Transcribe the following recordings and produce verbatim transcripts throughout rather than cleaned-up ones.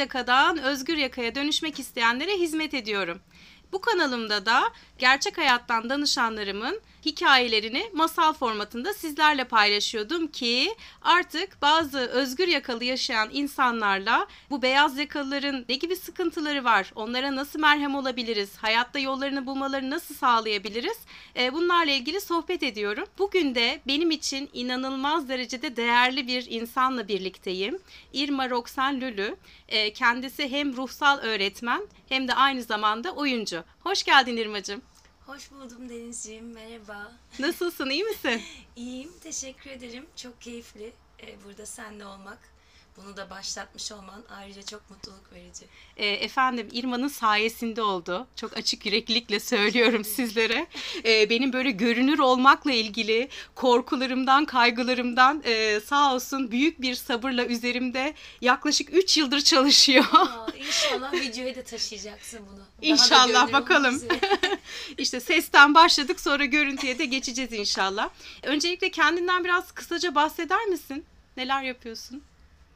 yakadan özgür yakaya dönüşmek isteyenlere hizmet ediyorum. Bu kanalımda da gerçek hayattan danışanlarımın hikayelerini masal formatında sizlerle paylaşıyordum ki artık bazı özgür yakalı yaşayan insanlarla bu beyaz yakalıların ne gibi sıkıntıları var, onlara nasıl merhem olabiliriz, hayatta yollarını bulmalarını nasıl sağlayabiliriz, bunlarla ilgili sohbet ediyorum. Bugün de benim için inanılmaz derecede değerli bir insanla birlikteyim. Irma Roksan Lülü. Kendisi hem ruhsal öğretmen hem de aynı zamanda oyuncu. Hoş geldin Irmacığım. Hoş buldum Denizciğim, merhaba. Nasılsın, iyi misin? İyiyim, teşekkür ederim. Çok keyifli burada seninle olmak. Bunu da başlatmış olman ayrıca çok mutluluk verici. E, efendim Irma'nın sayesinde oldu. Çok açık yüreklilikle söylüyorum sizlere. E, benim böyle görünür olmakla ilgili korkularımdan, kaygılarımdan e, sağ olsun büyük bir sabırla üzerimde yaklaşık üç yıldır çalışıyor. Aa, İnşallah videoya da taşıyacaksın bunu. Daha İnşallah bakalım. İşte sesten başladık, sonra görüntüye de geçeceğiz inşallah. Öncelikle kendinden biraz kısaca bahseder misin? Neler yapıyorsun?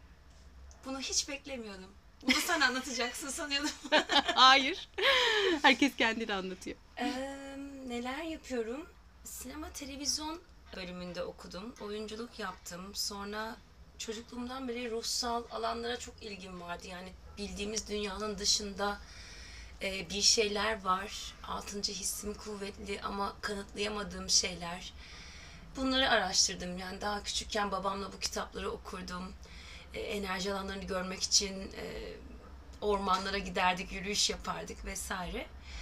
Bunu hiç beklemiyordum. Bunu sen anlatacaksın sanıyordum. Hayır. Herkes kendini anlatıyor. Ee, neler yapıyorum? Sinema televizyon bölümünde okudum. Oyunculuk yaptım. Sonra çocukluğumdan beri ruhsal alanlara çok ilgim vardı. Yani bildiğimiz dünyanın dışında e, bir şeyler var. Altıncı hissim kuvvetli ama kanıtlayamadığım şeyler. Bunları araştırdım. Yani daha küçükken babamla bu kitapları okurdum. Enerji alanlarını görmek için e, ormanlara giderdik, yürüyüş yapardık vesaire.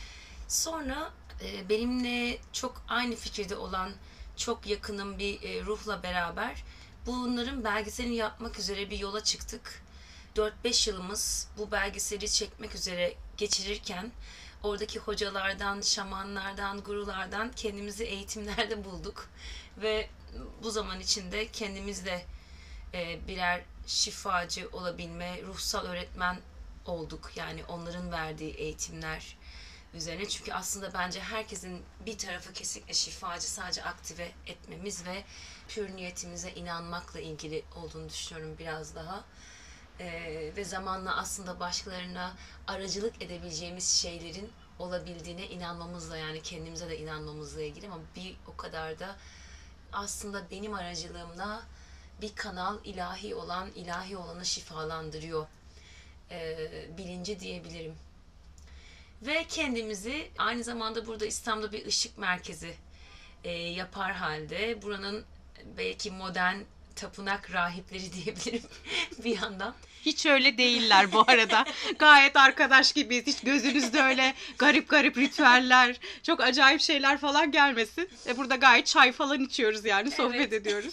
Sonra e, benimle çok aynı fikirde olan çok yakınım bir e, ruhla beraber bunların belgeselini yapmak üzere bir yola çıktık. dört beş yılımız bu belgeseli çekmek üzere geçirirken oradaki hocalardan, şamanlardan, gurulardan kendimizi eğitimlerde bulduk. Ve bu zaman içinde kendimizle e, birer şifacı olabilme, ruhsal öğretmen olduk. Yani onların verdiği eğitimler üzerine. Çünkü aslında bence herkesin bir tarafı kesinlikle şifacı, sadece aktive etmemiz ve pür niyetimize inanmakla ilgili olduğunu düşünüyorum biraz daha. Ee, ve zamanla aslında başkalarına aracılık edebileceğimiz şeylerin olabildiğine inanmamızla, yani kendimize de inanmamızla ilgili, ama bir o kadar da aslında benim aracılığımla bir kanal ilahi olan, ilahi olanı şifalandırıyor e, bilinci diyebilirim. Ve kendimizi aynı zamanda burada İstanbul'da bir ışık merkezi e, yapar halde, buranın belki modern tapınak rahipleri diyebilirim bir yandan. Hiç öyle değiller bu arada. Gayet arkadaş gibiyiz. Hiç gözünüzde öyle garip garip ritüeller, çok acayip şeyler falan gelmesin. E burada gayet çay falan içiyoruz, yani sohbet evet. ediyoruz.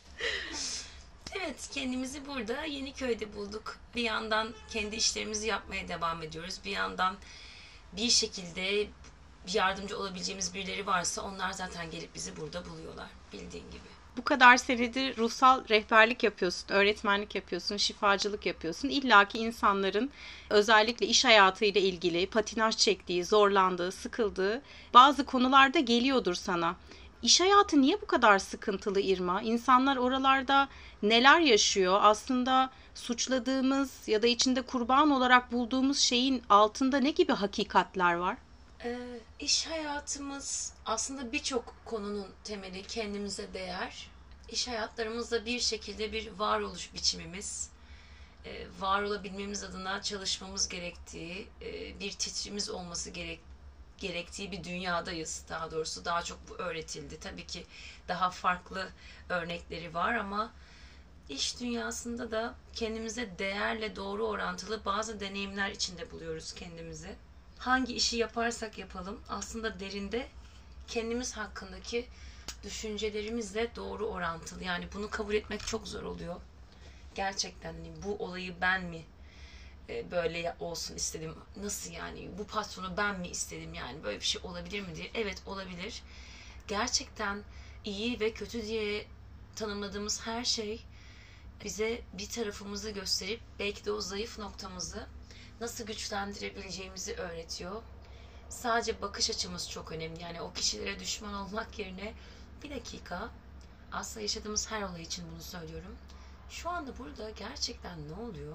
Evet, kendimizi burada Yeniköy'de bulduk. Bir yandan kendi işlerimizi yapmaya devam ediyoruz. Bir yandan bir şekilde yardımcı olabileceğimiz birileri varsa onlar zaten gelip bizi burada buluyorlar, bildiğin gibi. Bu kadar senedir ruhsal rehberlik yapıyorsun, öğretmenlik yapıyorsun, şifacılık yapıyorsun. İlla ki insanların özellikle iş hayatıyla ilgili patinaj çektiği, zorlandığı, sıkıldığı bazı konularda geliyordur sana. İş hayatı niye bu kadar sıkıntılı Irma? İnsanlar oralarda neler yaşıyor? Aslında suçladığımız ya da içinde kurban olarak bulduğumuz şeyin altında ne gibi hakikatler var? Ee, iş hayatımız aslında birçok konunun temeli kendimize değer. İş hayatlarımızda bir şekilde bir varoluş biçimimiz, e, var olabilmemiz adına çalışmamız gerektiği, e, bir titrimiz olması gerek, gerektiği bir dünyadayız. Daha doğrusu daha çok bu öğretildi. Tabii ki daha farklı örnekleri var ama iş dünyasında da kendimize değerle doğru orantılı bazı deneyimler içinde buluyoruz kendimizi. Hangi işi yaparsak yapalım aslında derinde kendimiz hakkındaki düşüncelerimizle doğru orantılı. Yani bunu kabul etmek çok zor oluyor. Gerçekten hani bu olayı ben mi böyle olsun istedim? Nasıl yani? Bu patronu ben mi istedim yani? Böyle bir şey olabilir mi diye. Evet, olabilir. Gerçekten iyi ve kötü diye tanımladığımız her şey bize bir tarafımızı gösterip belki de o zayıf noktamızı nasıl güçlendirebileceğimizi öğretiyor. Sadece bakış açımız çok önemli. Yani o kişilere düşman olmak yerine bir dakika, aslında yaşadığımız her olay için bunu söylüyorum. Şu anda burada gerçekten ne oluyor?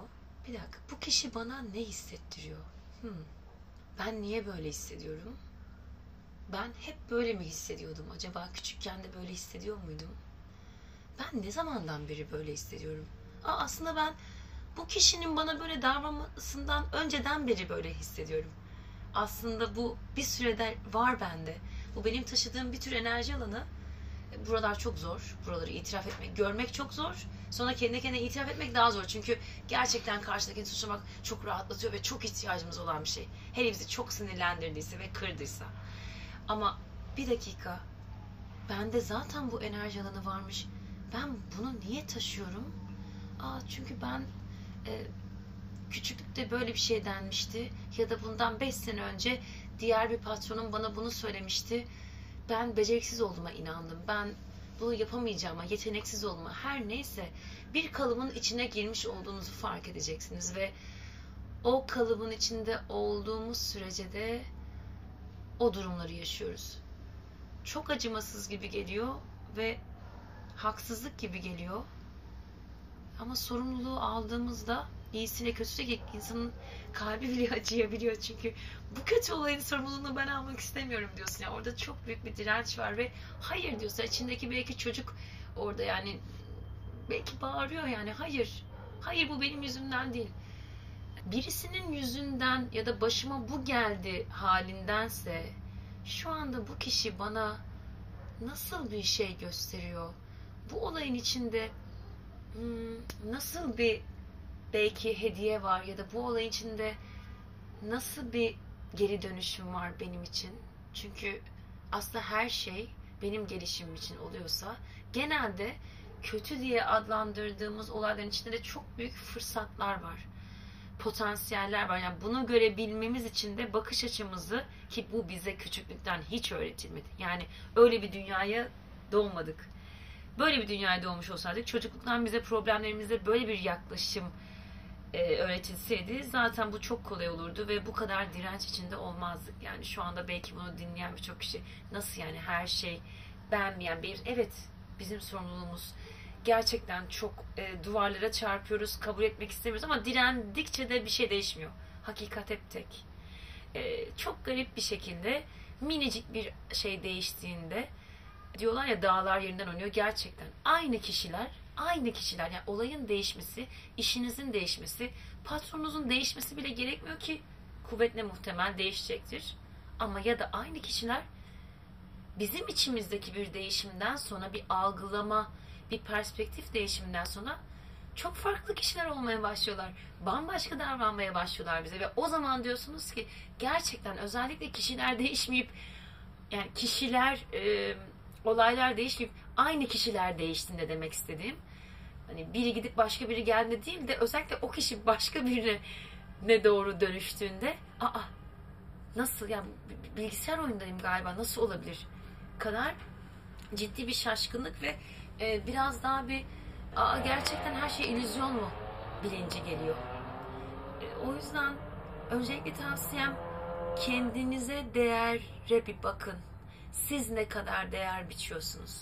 Bir dakika, bu kişi bana ne hissettiriyor? Hmm. Ben niye böyle hissediyorum? Ben hep böyle mi hissediyordum? Acaba küçükken de böyle hissediyor muydum? Ben ne zamandan beri böyle hissediyorum? Aa, aslında ben bu kişinin bana böyle davranmasından önceden beri böyle hissediyorum. Aslında bu bir sürede var bende. Bu benim taşıdığım bir tür enerji alanı. Buralar çok zor. Buraları itiraf etmek, görmek çok zor. Sonra kendi kendine itiraf etmek daha zor. Çünkü gerçekten karşıdakini suçlamak çok rahatlatıyor ve çok ihtiyacımız olan bir şey. Hele bizi çok sinirlendirdiyse ve kırdıysa. Ama bir dakika, bende zaten bu enerji alanı varmış. Ben bunu niye taşıyorum? Aa, çünkü ben e, küçüklükte böyle bir şey denmişti. Ya da bundan beş sene önce diğer bir patronum bana bunu söylemişti. Ben beceriksiz olduğuma inandım. Ben bunu yapamayacağıma, yeteneksiz olduğuma, her neyse bir kalıbın içine girmiş olduğunuzu fark edeceksiniz ve o kalıbın içinde olduğumuz sürece de o durumları yaşıyoruz. Çok acımasız gibi geliyor ve haksızlık gibi geliyor. Ama sorumluluğu aldığımızda iyisiyle kötüsüyle insanın kalbi bile acıyabiliyor. Çünkü bu kötü olayın sorumluluğunu ben almak istemiyorum diyorsun. Yani orada çok büyük bir direnç var ve hayır diyorsun. İçindeki belki çocuk orada yani belki bağırıyor yani hayır. Hayır, bu benim yüzümden değil. Birisinin yüzünden ya da başıma bu geldi halindense şu anda bu kişi bana nasıl bir şey gösteriyor? Bu olayın içinde hmm, nasıl bir belki hediye var ya da bu olayın içinde nasıl bir geri dönüşüm var benim için? Çünkü aslında her şey benim gelişimim için oluyorsa genelde kötü diye adlandırdığımız olayların içinde de çok büyük fırsatlar var. Potansiyeller var. Yani bunu görebilmemiz için de bakış açımızı, ki bu bize küçüklükten hiç öğretilmedi. Yani öyle bir dünyaya doğmadık. Böyle bir dünyaya doğmuş olsaydık çocukluktan bize problemlerimize böyle bir yaklaşım e, öğretilseydi zaten bu çok kolay olurdu ve bu kadar direnç içinde olmazdık. Yani şu anda belki bunu dinleyen birçok kişi nasıl yani her şey beğenmeyen bir, evet bizim sorumluluğumuz. Gerçekten çok e, duvarlara çarpıyoruz, kabul etmek istemiyoruz ama direndikçe de bir şey değişmiyor. Hakikat hep tek. E, çok garip bir şekilde minicik bir şey değiştiğinde diyorlar ya dağlar yerinden oynuyor. Gerçekten aynı kişiler, aynı kişiler yani olayın değişmesi, işinizin değişmesi, patronunuzun değişmesi bile gerekmiyor ki kuvvetle muhtemel değişecektir. Ama ya da aynı kişiler bizim içimizdeki bir değişimden sonra bir algılama, bir perspektif değişiminden sonra çok farklı kişiler olmaya başlıyorlar. Bambaşka davranmaya başlıyorlar bize ve o zaman diyorsunuz ki gerçekten özellikle kişiler değişmeyip yani kişiler e, olaylar değişmeyip aynı kişiler değiştiğinde demek istediğim hani biri gidip başka biri geldiğinde değil de özellikle o kişi başka birine ne doğru dönüştüğünde aa nasıl yani bilgisayar oyundayım galiba nasıl olabilir kadar ciddi bir şaşkınlık ve e, biraz daha bir aa, gerçekten her şey illüzyon mu bilinci geliyor. E, o yüzden öncelikle tavsiyem kendinize değere bir bakın. Siz ne kadar değer biçiyorsunuz?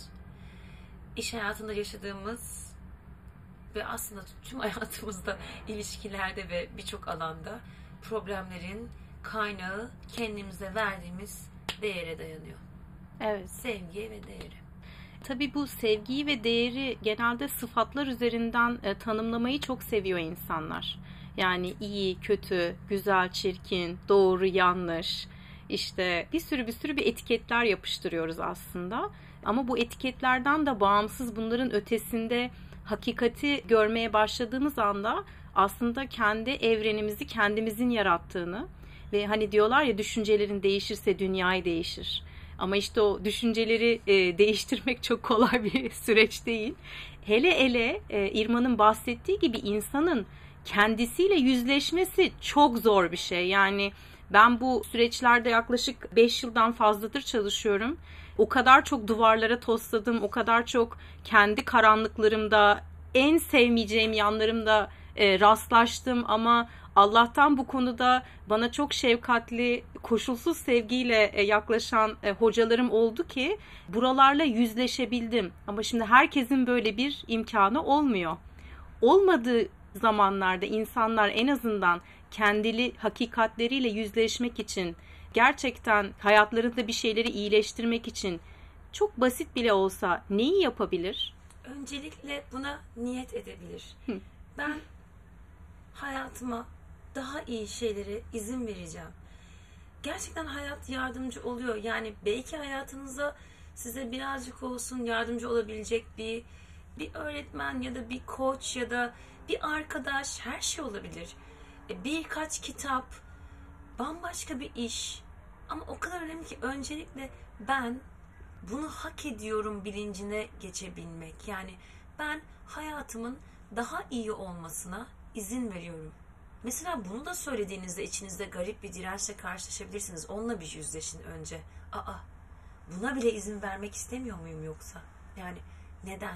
İş hayatında yaşadığımız ve aslında tüm hayatımızda ilişkilerde ve birçok alanda problemlerin kaynağı kendimize verdiğimiz değere dayanıyor. Evet. Sevgiye ve değere. Tabii bu sevgiyi ve değeri genelde sıfatlar üzerinden e, tanımlamayı çok seviyor insanlar. Yani iyi, kötü, güzel, çirkin, doğru, yanlış. İşte bir sürü bir sürü bir etiketler yapıştırıyoruz aslında. Ama bu etiketlerden de bağımsız bunların ötesinde hakikati görmeye başladığımız anda aslında kendi evrenimizi kendimizin yarattığını ve hani diyorlar ya düşüncelerin değişirse dünyayı değişir. Ama işte o düşünceleri e, değiştirmek çok kolay bir süreç değil. Hele hele e, İrman'ın bahsettiği gibi insanın kendisiyle yüzleşmesi çok zor bir şey. Yani ben bu süreçlerde yaklaşık beş yıldan fazladır çalışıyorum. O kadar çok duvarlara tosladım, o kadar çok kendi karanlıklarımda, en sevmeyeceğim yanlarımda e, rastlaştım ama Allah'tan bu konuda bana çok şefkatli, koşulsuz sevgiyle yaklaşan hocalarım oldu ki buralarla yüzleşebildim. Ama şimdi herkesin böyle bir imkanı olmuyor. Olmadığı zamanlarda insanlar en azından kendili hakikatleriyle yüzleşmek için, gerçekten hayatlarında bir şeyleri iyileştirmek için çok basit bile olsa neyi yapabilir? Öncelikle buna niyet edebilir. Hı. Ben hayatıma daha iyi şeylere izin vereceğim. Gerçekten hayat yardımcı oluyor. Yani belki hayatınıza size birazcık olsun yardımcı olabilecek bir bir öğretmen ya da bir koç ya da bir arkadaş, her şey olabilir. Birkaç kitap, bambaşka bir iş. Ama o kadar önemli ki öncelikle ben bunu hak ediyorum bilincine geçebilmek. Yani ben hayatımın daha iyi olmasına izin veriyorum. Mesela bunu da söylediğinizde içinizde garip bir dirençle karşılaşabilirsiniz. Onunla bir yüzleşin önce. Aa, buna bile izin vermek istemiyor muyum yoksa? Yani neden?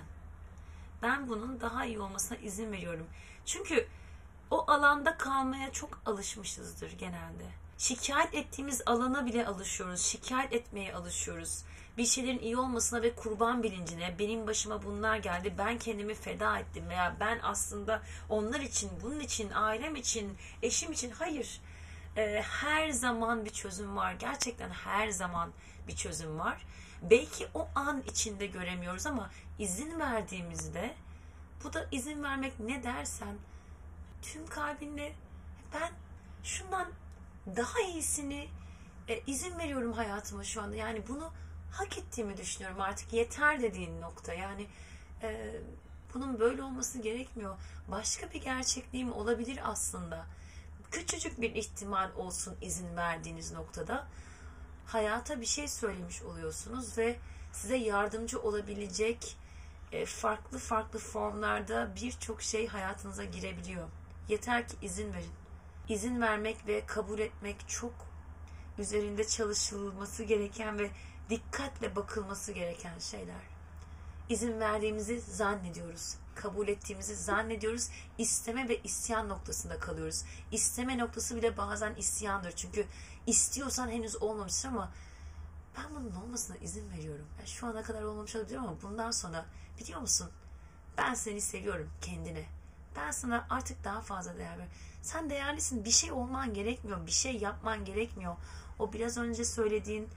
Ben bunun daha iyi olmasına izin veriyorum. Çünkü o alanda kalmaya çok alışmışızdır genelde. Şikayet ettiğimiz alana bile alışıyoruz. Şikayet etmeye alışıyoruz. Bir şeylerin iyi olmasına ve kurban bilincine, benim başıma bunlar geldi, ben kendimi feda ettim veya ben aslında onlar için, bunun için, ailem için, eşim için. Hayır. Ee, her zaman bir çözüm var. Gerçekten her zaman bir çözüm var. Belki o an içinde göremiyoruz ama izin verdiğimizde, bu da izin vermek ne dersen, tüm kalbinle ben şundan daha iyisini e, izin veriyorum hayatıma şu anda. Yani bunu hak ettiğimi düşünüyorum, artık yeter dediğin nokta. Yani e, bunun böyle olması gerekmiyor. Başka bir gerçekliğim olabilir aslında. Küçücük bir ihtimal olsun izin verdiğiniz noktada hayata bir şey söylemiş oluyorsunuz ve size yardımcı olabilecek e, farklı farklı formlarda birçok şey hayatınıza girebiliyor. Yeter ki izin verin. İzin vermek ve kabul etmek çok üzerinde çalışılması gereken ve dikkatle bakılması gereken şeyler. İzin verdiğimizi zannediyoruz. Kabul ettiğimizi zannediyoruz. İsteme ve isyan noktasında kalıyoruz. İsteme noktası bile bazen isyandır. Çünkü istiyorsan henüz olmamıştır ama ben bunun olmasına izin veriyorum. Yani şu ana kadar olmamış olabilir ama bundan sonra biliyor musun? Ben seni seviyorum kendine. Ben sana artık daha fazla değer veriyorum. Sen değerlisin. Bir şey olman gerekmiyor. Bir şey yapman gerekmiyor. O biraz önce söylediğin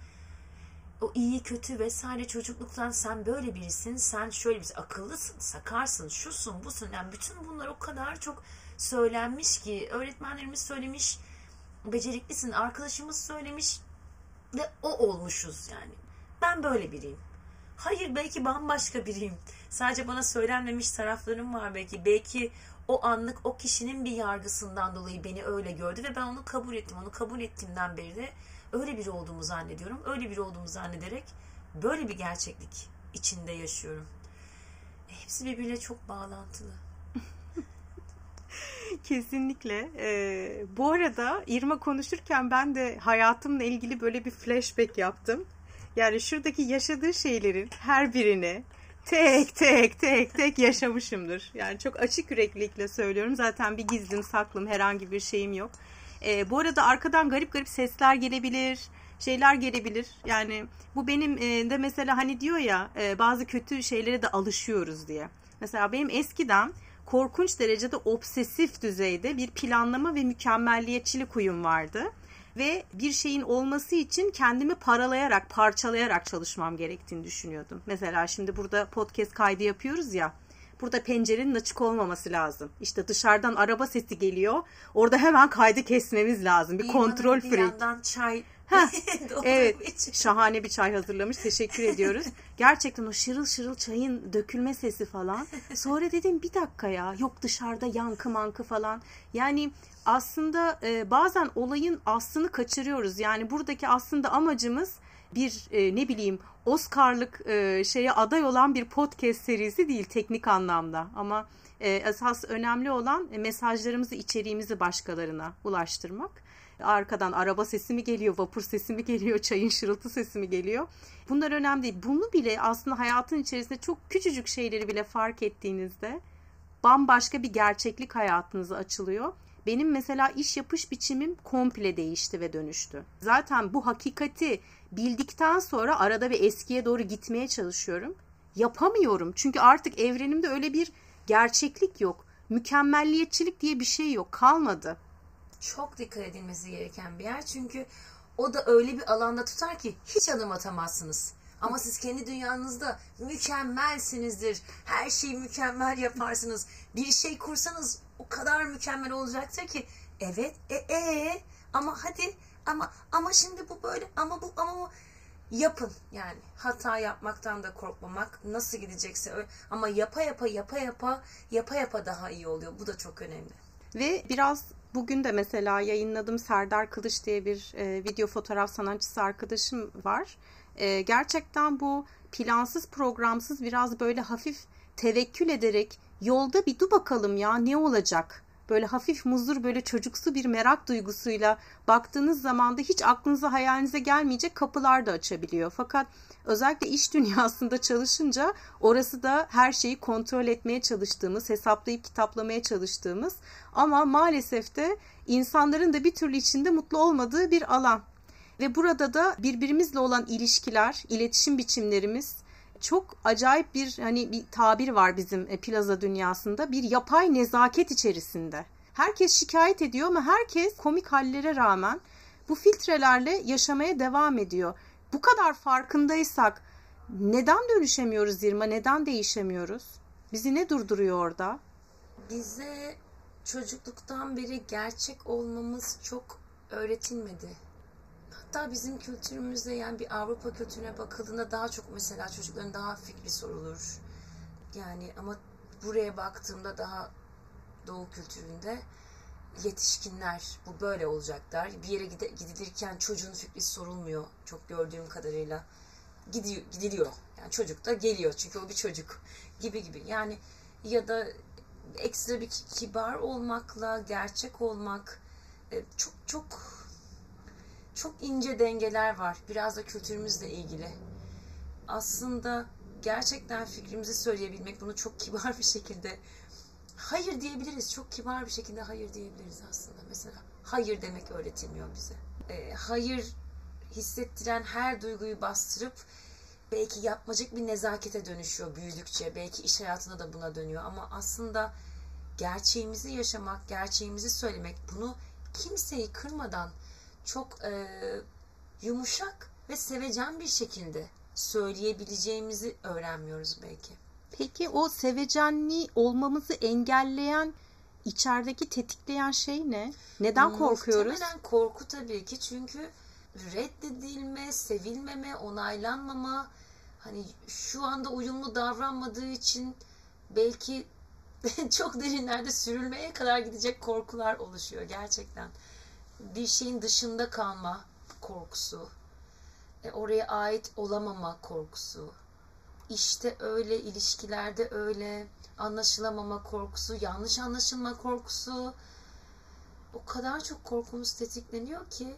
o iyi kötü vesaire çocukluktan sen böyle birisin, sen şöyle birisin, akıllısın, sakarsın, şusun, busun. Yani bütün bunlar o kadar çok söylenmiş ki, öğretmenlerimiz söylemiş, beceriklisin, arkadaşımız söylemiş ve o olmuşuz yani. Ben böyle biriyim. Hayır, belki bambaşka biriyim. Sadece bana söylenmemiş taraflarım var belki. Belki o anlık o kişinin bir yargısından dolayı beni öyle gördü ve ben onu kabul ettim. Onu kabul ettiğimden beri de öyle biri olduğumu zannediyorum. Öyle biri olduğumu zannederek böyle bir gerçeklik içinde yaşıyorum. E, hepsi birbirine çok bağlantılı. Kesinlikle. Ee, bu arada İrma konuşurken ben de hayatımla ilgili böyle bir flashback yaptım. Yani şuradaki yaşadığı şeylerin her birini tek tek tek tek yaşamışımdır. Yani çok açık yüreklilikle söylüyorum. Zaten bir gizlim saklım herhangi bir şeyim yok. E, bu arada arkadan garip garip sesler gelebilir, şeyler gelebilir. Yani bu benim e, de mesela hani diyor ya e, bazı kötü şeylere de alışıyoruz diye. Mesela benim eskiden korkunç derecede obsesif düzeyde bir planlama ve mükemmelliyetçilik huyum vardı. Ve bir şeyin olması için kendimi paralayarak, parçalayarak çalışmam gerektiğini düşünüyordum. Mesela şimdi burada podcast kaydı yapıyoruz ya. Burada pencerenin açık olmaması lazım. İşte dışarıdan araba sesi geliyor. Orada hemen kaydı kesmemiz lazım. Bir İyi kontrol freak. Bir yandan çay. Evet, şahane bir çay hazırlamış. Teşekkür ediyoruz. Gerçekten o şırıl şırıl çayın dökülme sesi falan. Sonra dedim bir dakika ya, yok dışarıda yankı mankı falan. Yani aslında e, bazen olayın aslını kaçırıyoruz. Yani buradaki aslında amacımız bir e, ne bileyim Oscar'lık e, şeye aday olan bir podcast serisi değil teknik anlamda. Ama e, esas önemli olan e, mesajlarımızı, içeriğimizi başkalarına ulaştırmak. Arkadan araba sesi mi geliyor, vapur sesi mi geliyor, çayın şırıltı sesi mi geliyor? Bunlar önemli değil. Bunu bile aslında hayatın içerisinde çok küçücük şeyleri bile fark ettiğinizde bambaşka bir gerçeklik hayatınıza açılıyor. Benim mesela iş yapış biçimim komple değişti ve dönüştü. Zaten bu hakikati bildikten sonra arada bir eskiye doğru gitmeye çalışıyorum. Yapamıyorum çünkü artık evrenimde öyle bir gerçeklik yok. mükemmelliyetçilik diye bir şey yok, kalmadı. Çok dikkat edilmesi gereken bir yer. Çünkü o da öyle bir alanda tutar ki hiç adım atamazsınız. Ama siz kendi dünyanızda mükemmelsinizdir. Her şeyi mükemmel yaparsınız. Bir şey kursanız o kadar mükemmel olacaktır ki. Evet, e, e, ama hadi, ama ama şimdi bu böyle, ama bu, ama bu. Yapın yani. Hata yapmaktan da korkmamak. Nasıl gidecekse öyle. Ama yapa yapa yapa yapa yapa yapa daha iyi oluyor. Bu da çok önemli. Ve biraz bugün de mesela yayınladığım Serdar Kılıç diye bir e, video fotoğraf sanatçısı arkadaşım var. E, gerçekten bu plansız programsız biraz böyle hafif tevekkül ederek yolda bir dur bakalım ya ne olacak? Böyle hafif muzur, böyle çocuksu bir merak duygusuyla baktığınız zaman da hiç aklınıza hayalinize gelmeyecek kapılar da açabiliyor. Fakat özellikle iş dünyasında çalışınca orası da her şeyi kontrol etmeye çalıştığımız, hesaplayıp kitaplamaya çalıştığımız ama maalesef de insanların da bir türlü içinde mutlu olmadığı bir alan. Ve burada da birbirimizle olan ilişkiler, iletişim biçimlerimiz çok acayip bir hani bir tabir var bizim plaza dünyasında, bir yapay nezaket içerisinde. Herkes şikayet ediyor ama herkes komik hallere rağmen bu filtrelerle yaşamaya devam ediyor. Bu kadar farkındaysak neden dönüşemiyoruz Irma? Neden değişemiyoruz? Bizi ne durduruyor orada? Bize çocukluktan beri gerçek olmamız çok öğretilmedi. Hatta bizim kültürümüzde, yani bir Avrupa kültürüne bakıldığında daha çok mesela çocukların daha fikri sorulur. Yani ama buraya baktığımda daha Doğu kültüründe yetişkinler bu böyle olacak der. Bir yere gidilirken çocuğun fikri sorulmuyor çok gördüğüm kadarıyla. Gidiyor, gidiliyor. Yani çocuk da geliyor çünkü o bir çocuk gibi gibi. Yani ya da ekstra bir kibar olmakla gerçek olmak çok çok çok ince dengeler var. Biraz da kültürümüzle ilgili. Aslında gerçekten fikrimizi söyleyebilmek, bunu çok kibar bir şekilde hayır diyebiliriz. Çok kibar bir şekilde hayır diyebiliriz aslında. Mesela hayır demek öğretilmiyor bize. E, hayır hissettiren her duyguyu bastırıp belki yapmacık bir nezakete dönüşüyor büyüdükçe. Belki iş hayatında da buna dönüyor. Ama aslında gerçeğimizi yaşamak, gerçeğimizi söylemek, bunu kimseyi kırmadan çok e, yumuşak ve sevecen bir şekilde söyleyebileceğimizi öğrenmiyoruz belki. Peki o sevecenli olmamızı engelleyen, içerideki tetikleyen şey ne? Neden korkuyoruz? Muhtemelen korku tabii ki. Çünkü reddedilme, sevilmeme, onaylanmama, hani şu anda uyumlu davranmadığı için belki çok derinlerde sürülmeye kadar gidecek korkular oluşuyor gerçekten. Bir şeyin dışında kalma korkusu, e, oraya ait olamama korkusu, işte öyle, ilişkilerde öyle, anlaşılamama korkusu, yanlış anlaşılma korkusu. O kadar çok korkumuz tetikleniyor ki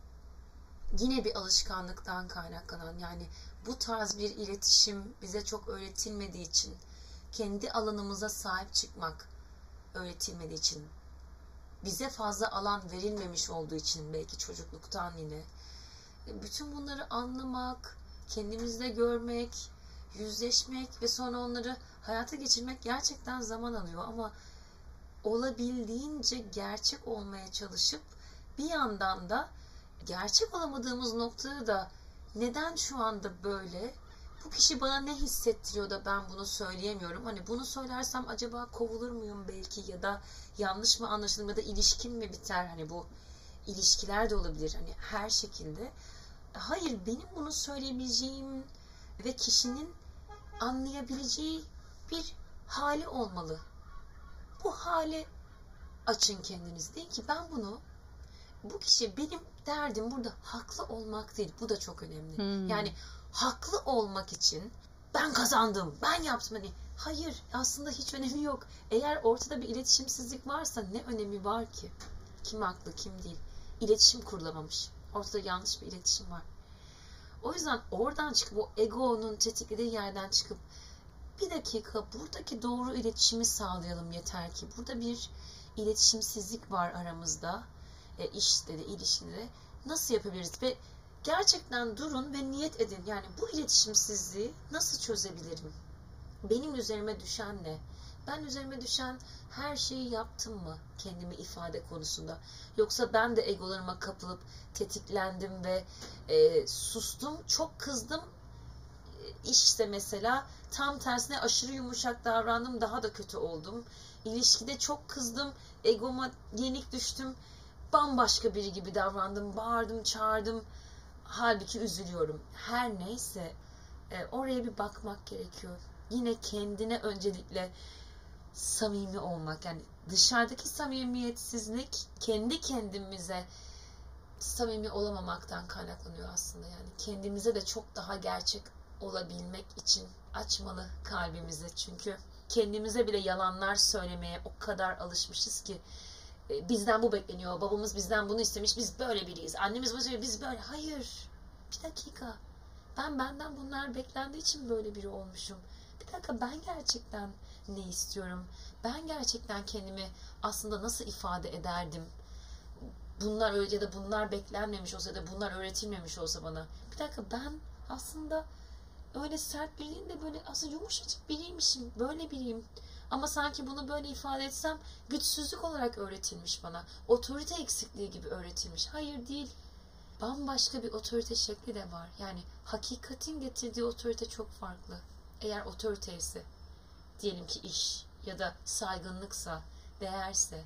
yine bir alışkanlıktan kaynaklanan, yani bu tarz bir iletişim bize çok öğretilmediği için, kendi alanımıza sahip çıkmak öğretilmediği için, bize fazla alan verilmemiş olduğu için belki çocukluktan yine. Bütün bunları anlamak, kendimizde görmek, yüzleşmek ve sonra onları hayata geçirmek gerçekten zaman alıyor. Ama olabildiğince gerçek olmaya çalışıp bir yandan da gerçek olamadığımız noktada da neden şu anda böyle, bu kişi bana ne hissettiriyor da ben bunu söyleyemiyorum. Hani bunu söylersem acaba kovulur muyum belki, ya da yanlış mı anlaşılır, ya da ilişkim mi biter? Hani bu ilişkiler de olabilir. Hani her şekilde. Hayır, benim bunu söyleyebileceğim ve kişinin anlayabileceği bir hali olmalı. Bu hale açın kendinizi. Deyin ki ben bunu, bu kişi, benim derdim burada haklı olmak değil. Bu da çok önemli. Hmm. Yani haklı olmak için ben kazandım, ben yaptım. Hani hayır, aslında hiç önemi yok. Eğer ortada bir iletişimsizlik varsa ne önemi var ki? Kim haklı, kim değil? İletişim kurulamamış. Ortada yanlış bir iletişim var. O yüzden oradan çıkıp, o egonun tetiklediği yerden çıkıp bir dakika buradaki doğru iletişimi sağlayalım yeter ki. Burada bir iletişimsizlik var aramızda. E, işte de, ilişkide de. Nasıl yapabiliriz? Ve gerçekten durun ve niyet edin. Yani bu iletişimsizliği nasıl çözebilirim? Benim üzerime düşen ne? Ben üzerime düşen her şeyi yaptım mı kendimi ifade konusunda? Yoksa ben de egolarıma kapılıp tetiklendim ve e, sustum, çok kızdım. E, işte mesela tam tersine aşırı yumuşak davrandım, daha da kötü oldum. İlişkide çok kızdım, egoma yenik düştüm. Bambaşka biri gibi davrandım, bağırdım, çağırdım. Halbuki üzülüyorum. Her neyse e, oraya bir bakmak gerekiyor. Yine kendine öncelikle samimi olmak. Yani dışarıdaki samimiyetsizlik kendi kendimize samimi olamamaktan kaynaklanıyor aslında. Yani kendimize de çok daha gerçek olabilmek için açmalı kalbimizi. Çünkü kendimize bile yalanlar söylemeye o kadar alışmışız ki bizden bu bekleniyor, babamız bizden bunu istemiş, biz böyle biriyiz, annemiz bunu biz böyle. Hayır, bir dakika, ben benden bunlar beklendiği için böyle biri olmuşum. Bir dakika, ben gerçekten ne istiyorum, ben gerçekten kendimi aslında nasıl ifade ederdim, bunlar öyle ya da bunlar beklenmemiş olsa ya da bunlar öğretilmemiş olsa bana. Bir dakika, ben aslında öyle sert biri değil de böyle aslında yumuşacık biriymişim, böyle biriyim. Ama sanki bunu böyle ifade etsem güçsüzlük olarak öğretilmiş bana. Otorite eksikliği gibi öğretilmiş. Hayır, değil. Bambaşka bir otorite şekli de var. Yani hakikatin getirdiği otorite çok farklı. Eğer otorite ise, diyelim ki iş ya da saygınlıksa, değerse,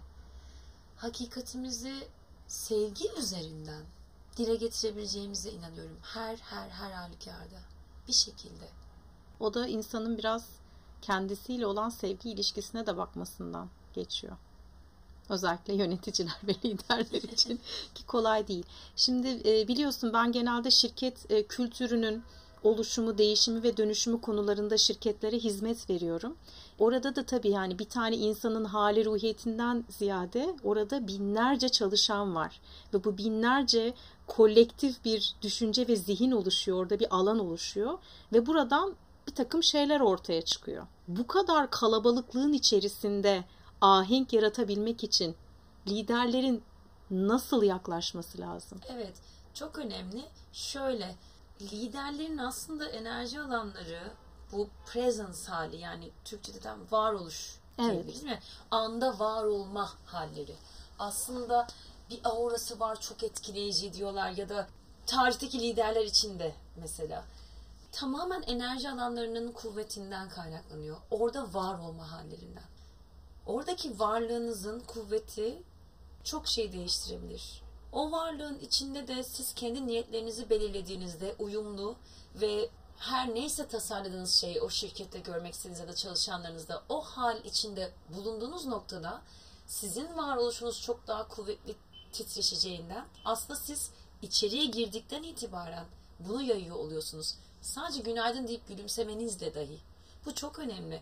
hakikatimizi sevgi üzerinden dile getirebileceğimize inanıyorum. Her her her halükarda. Bir şekilde. O da insanın biraz kendisiyle olan sevgi ilişkisine de bakmasından geçiyor. Özellikle yöneticiler ve liderler için ki kolay değil. Şimdi biliyorsun ben genelde şirket kültürünün oluşumu, değişimi ve dönüşümü konularında şirketlere hizmet veriyorum. Orada da tabii yani bir tane insanın hali ruhiyetinden ziyade orada binlerce çalışan var. Ve bu binlerce kolektif bir düşünce ve zihin oluşuyor. Orada bir alan oluşuyor. Ve buradan bir takım şeyler ortaya çıkıyor. Bu kadar kalabalıklığın içerisinde ahenk yaratabilmek için liderlerin nasıl yaklaşması lazım? Evet, çok önemli. Şöyle, liderlerin aslında enerji alanları bu presence hali, yani Türkçe'den varoluş, evet, değil mi? Anda var olma halleri. Aslında bir aurası var, çok etkileyici diyorlar ya da tarihteki liderler için de mesela. Tamamen enerji alanlarının kuvvetinden kaynaklanıyor. Orada var olma hallerinden. Oradaki varlığınızın kuvveti çok şey değiştirebilir. O varlığın içinde de siz kendi niyetlerinizi belirlediğinizde uyumlu ve her neyse tasarladığınız şeyi o şirkette görmek istediğiniz ya da çalışanlarınızda o hal içinde bulunduğunuz noktada sizin varoluşunuz çok daha kuvvetli titreşeceğinden aslında siz içeriye girdikten itibaren bunu yayıyor oluyorsunuz. Sadece günaydın deyip gülümsemenizle dahi. Bu çok önemli.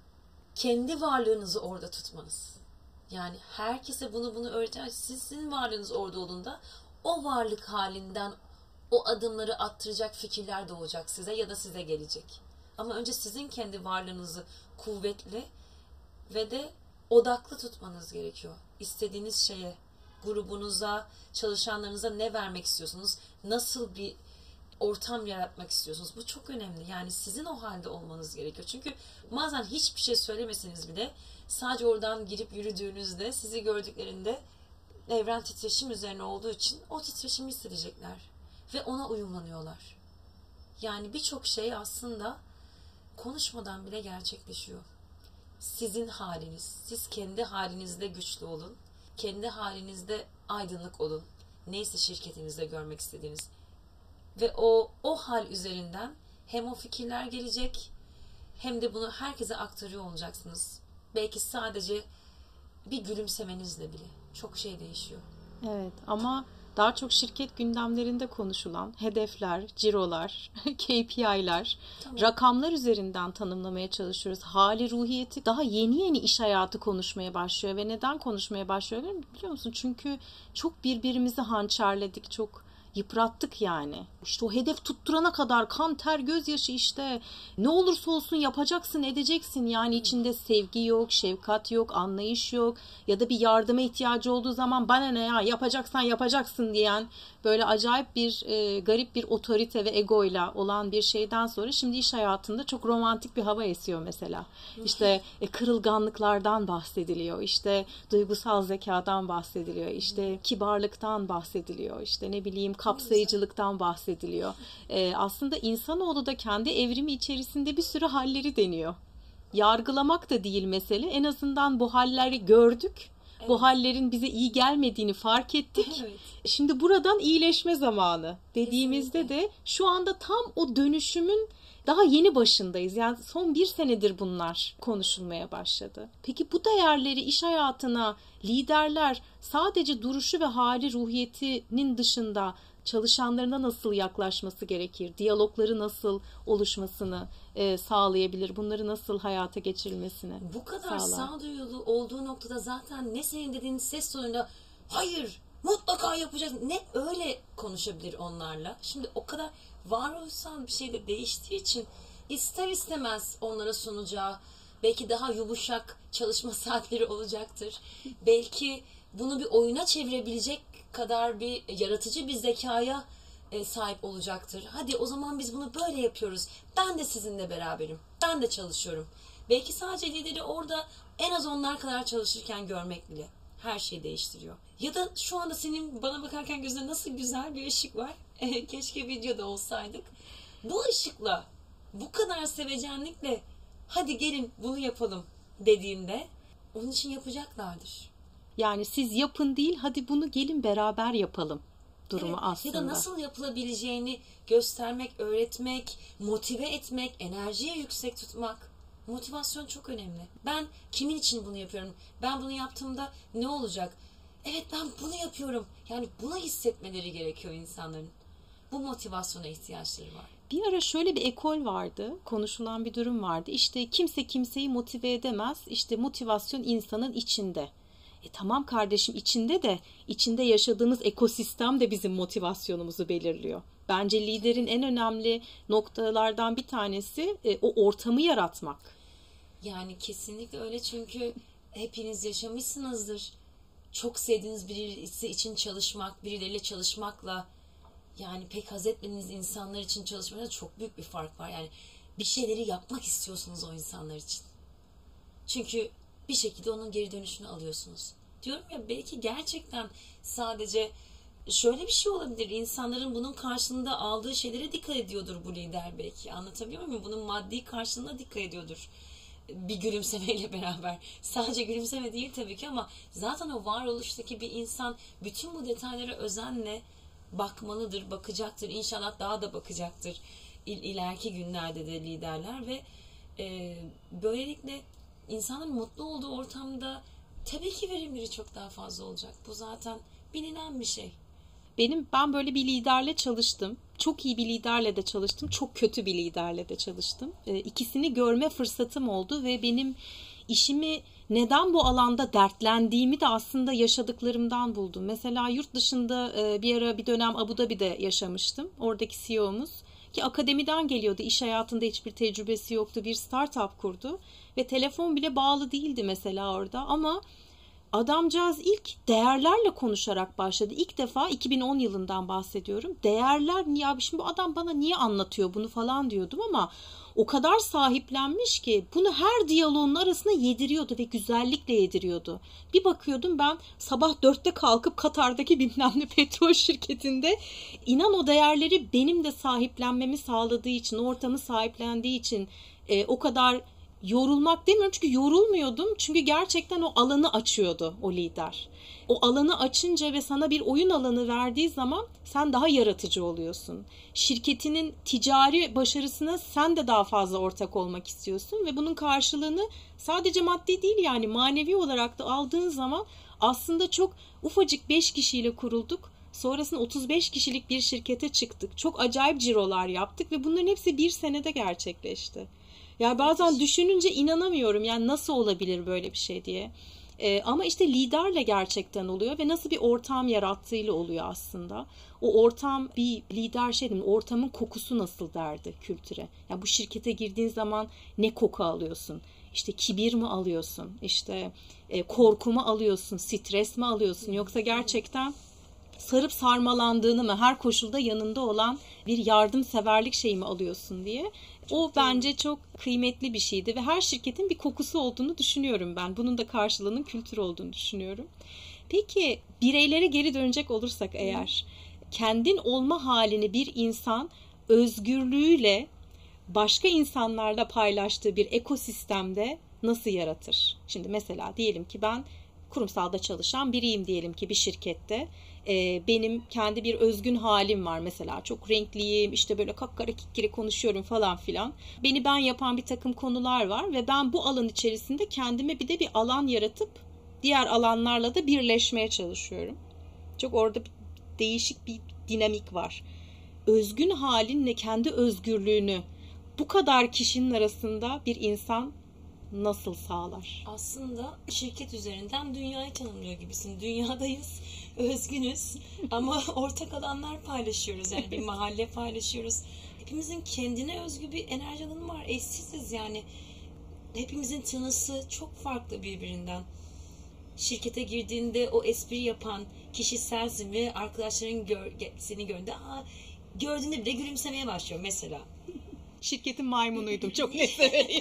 Kendi varlığınızı orada tutmanız. Yani herkese bunu bunu öğreten, sizin varlığınız orada olduğunda o varlık halinden o adımları attıracak fikirler doğacak size ya da size gelecek. Ama önce sizin kendi varlığınızı kuvvetli ve de odaklı tutmanız gerekiyor. İstediğiniz şeye, grubunuza, çalışanlarınıza ne vermek istiyorsunuz? Nasıl bir ortam yaratmak istiyorsunuz? Bu çok önemli. Yani sizin o halde olmanız gerekiyor. Çünkü bazen hiçbir şey söylemeseniz bile sadece oradan girip yürüdüğünüzde sizi gördüklerinde evren titreşim üzerine olduğu için o titreşimi hissedecekler. Ve ona uyumlanıyorlar. Yani birçok şey aslında konuşmadan bile gerçekleşiyor. Sizin haliniz. Siz kendi halinizde güçlü olun. Kendi halinizde aydınlık olun. Neyse şirketinizde görmek istediğiniz. Ve o, o hal üzerinden hem o fikirler gelecek hem de bunu herkese aktarıyor olacaksınız. Belki sadece bir gülümsemenizle bile çok şey değişiyor. Evet, ama daha çok şirket gündemlerinde konuşulan hedefler, cirolar, K P I'ler, tamam, rakamlar üzerinden tanımlamaya çalışıyoruz. Hali ruhiyeti daha yeni yeni iş hayatı konuşmaya başlıyor ve neden konuşmaya başlıyor biliyor musun? Çünkü çok birbirimizi hançerledik, çok yıprattık yani. İşte o hedef tutturana kadar kan, ter, gözyaşı, işte ne olursa olsun yapacaksın, edeceksin. Yani içinde sevgi yok, şefkat yok, anlayış yok. Ya da bir yardıma ihtiyacı olduğu zaman bana ne ya, yapacaksan yapacaksın diyen böyle acayip bir e, garip bir otorite ve egoyla olan bir şeyden sonra şimdi iş hayatında çok romantik bir hava esiyor mesela. İşte e, kırılganlıklardan bahsediliyor. İşte duygusal zekadan bahsediliyor. İşte kibarlıktan bahsediliyor. İşte ne bileyim kapsayıcılıktan bahsediliyor. E, aslında insanoğlu da kendi evrimi içerisinde bir sürü halleri deniyor. Yargılamak da değil mesele. En azından bu halleri gördük. Evet. Bu hallerin bize iyi gelmediğini fark ettik. Evet. Şimdi buradan iyileşme zamanı dediğimizde Kesinlikle. de şu anda tam o dönüşümün daha yeni başındayız. Yani son bir senedir bunlar konuşulmaya başladı. Peki bu değerleri iş hayatına liderler sadece duruşu ve hali ruhiyetinin dışında çalışanlarına nasıl yaklaşması gerekir? Diyalogları nasıl oluşmasını e, sağlayabilir? Bunları nasıl hayata geçirilmesini Bu kadar sağlar? sağduyulu olduğu noktada zaten ne senin dediğin ses tonuyla hayır mutlaka yapacağız, ne öyle konuşabilir onlarla. Şimdi o kadar varoluşsal bir şey de değiştiği için ister istemez onlara sunacağı belki daha yumuşak çalışma saatleri olacaktır. Belki bunu bir oyuna çevirebilecek kadar bir yaratıcı bir zekaya sahip olacaktır. Hadi o zaman biz bunu böyle yapıyoruz. Ben de sizinle beraberim. Ben de çalışıyorum. Belki sadece lideri orada en az onlar kadar çalışırken görmek bile her şeyi değiştiriyor. Ya da şu anda senin bana bakarken gözünde nasıl güzel bir ışık var. Keşke videoda olsaydık. Bu ışıkla, bu kadar sevecenlikle hadi gelin bunu yapalım dediğinde onun için yapacaklardır. Yani siz yapın değil, hadi bunu gelin beraber yapalım durumu evet, aslında. Ya da nasıl yapılabileceğini göstermek, öğretmek, motive etmek, enerjiyi yüksek tutmak. Motivasyon çok önemli. Ben kimin için bunu yapıyorum? Ben bunu yaptığımda ne olacak? Evet, ben bunu yapıyorum. Yani bunu hissetmeleri gerekiyor insanların. Bu motivasyona ihtiyaçları var. Bir ara şöyle bir ekol vardı, konuşulan bir durum vardı. İşte kimse kimseyi motive edemez. İşte motivasyon insanın içinde. E tamam kardeşim, içinde de içinde yaşadığımız ekosistem de bizim motivasyonumuzu belirliyor. Bence liderin en önemli noktalardan bir tanesi e, o ortamı yaratmak. Yani kesinlikle öyle, çünkü hepiniz yaşamışsınızdır. Çok sevdiğiniz birisi için çalışmak, birileriyle çalışmakla yani pek haz etmediğiniz insanlar için çalışmakta çok büyük bir fark var. Yani bir şeyleri yapmak istiyorsunuz o insanlar için. Çünkü bir şekilde onun geri dönüşünü alıyorsunuz. Diyorum ya, belki gerçekten sadece şöyle bir şey olabilir. İnsanların bunun karşılığında aldığı şeylere dikkat ediyordur bu lider belki. Anlatabiliyor muyum? Bunun maddi karşılığına dikkat ediyordur. Bir gülümsemeyle beraber. Sadece gülümseme değil tabii ki, ama zaten o varoluştaki bir insan bütün bu detaylara özenle bakmalıdır, bakacaktır. İnşallah daha da bakacaktır İl, ileriki günlerde de liderler ve e, böylelikle insanın mutlu olduğu ortamda tabii ki verimleri çok daha fazla olacak. Bu zaten bilinen bir şey. Benim ben böyle bir liderle çalıştım. Çok iyi bir liderle de çalıştım. Çok kötü bir liderle de çalıştım. E, ikisini görme fırsatım oldu ve benim işimi neden bu alanda dertlendiğimi de aslında yaşadıklarımdan buldum. Mesela yurt dışında e, bir ara bir dönem Abu Dhabi'de yaşamıştım. Oradaki C E O'muz ki akademiden geliyordu. İş hayatında hiçbir tecrübesi yoktu. Bir startup kurdu ve telefon bile bağlı değildi mesela orada, ama adamcağız ilk değerlerle konuşarak başladı. İlk defa iki bin on yılından bahsediyorum. Değerler, ya şimdi bu adam bana niye anlatıyor bunu falan diyordum, ama o kadar sahiplenmiş ki bunu her diyaloğun arasına yediriyordu ve güzellikle yediriyordu. Bir bakıyordum ben sabah dörtte kalkıp Katar'daki bilmem ne petrol şirketinde, inan o değerleri benim de sahiplenmemi sağladığı için, ortamı sahiplendiği için e, o kadar yorulmak demiyorum, çünkü yorulmuyordum. Çünkü gerçekten o alanı açıyordu o lider. O alanı açınca ve sana bir oyun alanı verdiği zaman sen daha yaratıcı oluyorsun. Şirketinin ticari başarısına sen de daha fazla ortak olmak istiyorsun ve bunun karşılığını sadece maddi değil, yani manevi olarak da aldığın zaman aslında çok ufacık beş kişiyle kurulduk. Sonrasında otuz beş kişilik bir şirkete çıktık. Çok acayip cirolar yaptık ve bunların hepsi bir senede gerçekleşti. Ya bazen düşününce inanamıyorum, yani nasıl olabilir böyle bir şey diye. Ee, ama işte liderle gerçekten oluyor ve nasıl bir ortam yarattığıyla oluyor aslında. O ortam, bir lider şey değil mi? Ortamın kokusu nasıl derdi kültüre. Yani bu şirkete girdiğin zaman ne koku alıyorsun? İşte kibir mi alıyorsun? İşte e, korku mu alıyorsun? Stres mi alıyorsun? Yoksa gerçekten sarıp sarmalandığını mı, her koşulda yanında olan bir yardımseverlik şeyi mi alıyorsun diye. O bence çok kıymetli bir şeydi ve her şirketin bir kokusu olduğunu düşünüyorum ben. Bunun da karşılığının kültür olduğunu düşünüyorum. Peki bireylere geri dönecek olursak eğer, kendin olma halini bir insan özgürlüğüyle başka insanlarla paylaştığı bir ekosistemde nasıl yaratır? Şimdi mesela diyelim ki ben kurumsalda çalışan biriyim, diyelim ki bir şirkette. Ee, benim kendi bir özgün halim var mesela. Çok renkliyim, işte böyle kakkara kikkiri konuşuyorum falan filan. Beni ben yapan bir takım konular var ve ben bu alan içerisinde kendime bir de bir alan yaratıp diğer alanlarla da birleşmeye çalışıyorum. Çok orada bir değişik bir dinamik var. Özgün halinle kendi özgürlüğünü bu kadar kişinin arasında bir insan nasıl sağlar? Aslında şirket üzerinden dünyayı tanımlıyor gibisin. Dünyadayız, özgünüz ama ortak alanlar paylaşıyoruz. Yani bir mahalle paylaşıyoruz. Hepimizin kendine özgü bir enerji alanı var. Eşsiziz yani. Hepimizin tınısı çok farklı birbirinden. Şirkete girdiğinde o espri yapan kişi sensin ve arkadaşların gör, seni gördüğünde aa, gördüğünde bile gülümsemeye başlıyor mesela. Şirketin maymunuydum, çok net söyleyeyim.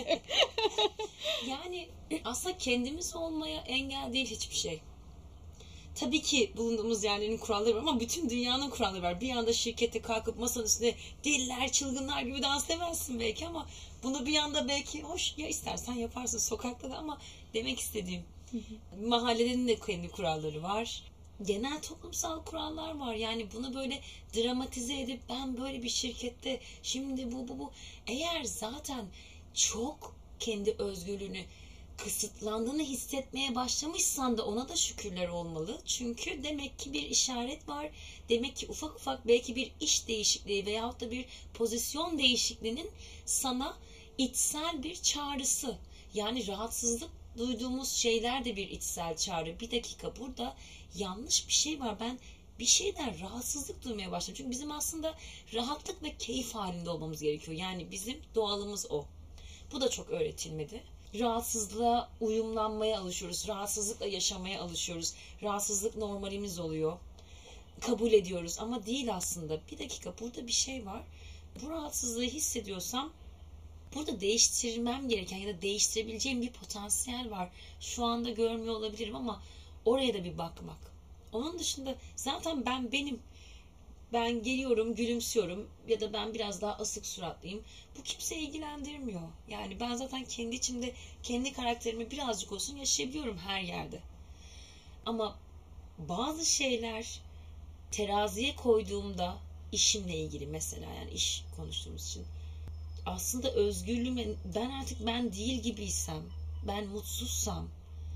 Yani aslında kendimiz olmaya engel değil hiçbir şey. Tabii ki bulunduğumuz yerlerin kuralları var ama bütün dünyanın kuralları var. Bir anda şirkette kalkıp masanın üstünde deliler, çılgınlar gibi dans edemezsin belki ama bunu bir anda belki hoş ya istersen yaparsın sokakta da ama demek istediğim mahallenin de kendi kuralları var. Genel toplumsal kurallar var. Yani bunu böyle dramatize edip ben böyle bir şirkette şimdi bu bu bu. Eğer zaten çok kendi özgürlüğünü kısıtlandığını hissetmeye başlamışsan da ona da şükürler olmalı. Çünkü demek ki bir işaret var. Demek ki ufak ufak belki bir iş değişikliği veyahut da bir pozisyon değişikliğinin sana içsel bir çağrısı. Yani rahatsızlık duyduğumuz şeyler de bir içsel çağrı. Bir dakika, burada yanlış bir şey var. Ben bir şeyden rahatsızlık duymaya başladım. Çünkü bizim aslında rahatlık ve keyif halinde olmamız gerekiyor. Yani bizim doğalımız o. Bu da çok öğretilmedi. Rahatsızlığa uyumlanmaya alışıyoruz. Rahatsızlıkla yaşamaya alışıyoruz. Rahatsızlık normalimiz oluyor. Kabul ediyoruz ama değil aslında. Bir dakika, burada bir şey var. Bu rahatsızlığı hissediyorsam burada değiştirmem gereken ya da değiştirebileceğim bir potansiyel var. Şu anda görmüyor olabilirim ama oraya da bir bakmak. Onun dışında zaten ben benim. Ben geliyorum, gülümsüyorum ya da ben biraz daha asık suratlıyım. Bu kimseyi ilgilendirmiyor. Yani ben zaten kendi içimde kendi karakterimi birazcık olsun yaşayabiliyorum her yerde. Ama bazı şeyler teraziye koyduğumda işimle ilgili mesela, yani iş konuştuğumuz için aslında özgürlüğüm, ben artık ben değil gibiysem, ben mutsuzsam,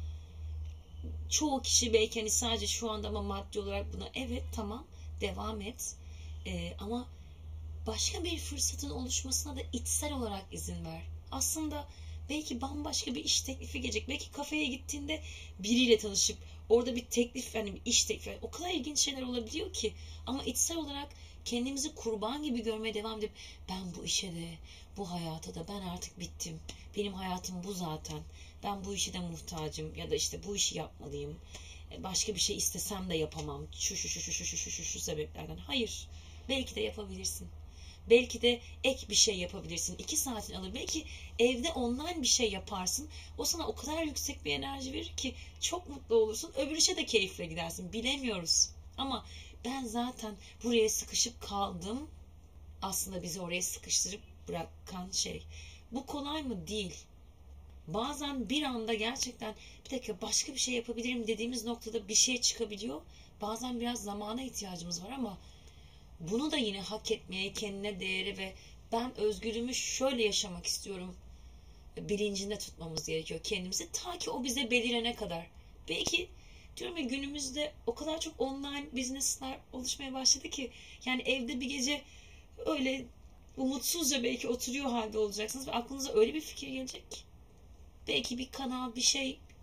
çoğu kişi belki hani sadece şu anda ama maddi olarak buna evet tamam devam et ee, ama başka bir fırsatın oluşmasına da içsel olarak izin ver. Aslında belki bambaşka bir iş teklifi gelecek. Belki kafeye gittiğinde biriyle tanışıp orada bir teklif, yani bir iş teklifi, o kadar ilginç şeyler olabiliyor ki ama içsel olarak kendimizi kurban gibi görmeye devam edip ben bu işe de bu hayata da ben artık bittim. Benim hayatım bu zaten. Ben bu işe de muhtacım ya da işte bu işi yapmalıyım. Başka bir şey istesem de yapamam. Şu şu şu şu şu şu şu şu, şu sebeplerden. Hayır. Belki de yapabilirsin. Belki de ek bir şey yapabilirsin. İki saatin alır. Belki evde online bir şey yaparsın. O sana o kadar yüksek bir enerji verir ki çok mutlu olursun. Öbür işe de keyifle gidersin. Bilemiyoruz. Ama ben zaten buraya sıkışıp kaldım. Aslında bizi oraya sıkıştırıp bırakan şey. Bu kolay mı? Değil. Bazen bir anda gerçekten bir dakika başka bir şey yapabilirim dediğimiz noktada bir şey çıkabiliyor. Bazen biraz zamana ihtiyacımız var ama bunu da yine hak etmeye, kendine değeri ve ben özgürlüğümü şöyle yaşamak istiyorum bilincinde tutmamız gerekiyor kendimizi. Ta ki o bize belirene kadar. Belki diyorum ya, günümüzde o kadar çok online business'lar oluşmaya başladı ki yani evde bir gece öyle umutsuzca belki oturuyor halde olacaksınız ve aklınıza öyle bir fikir gelecek ki belki bir kanal, bir şey, bir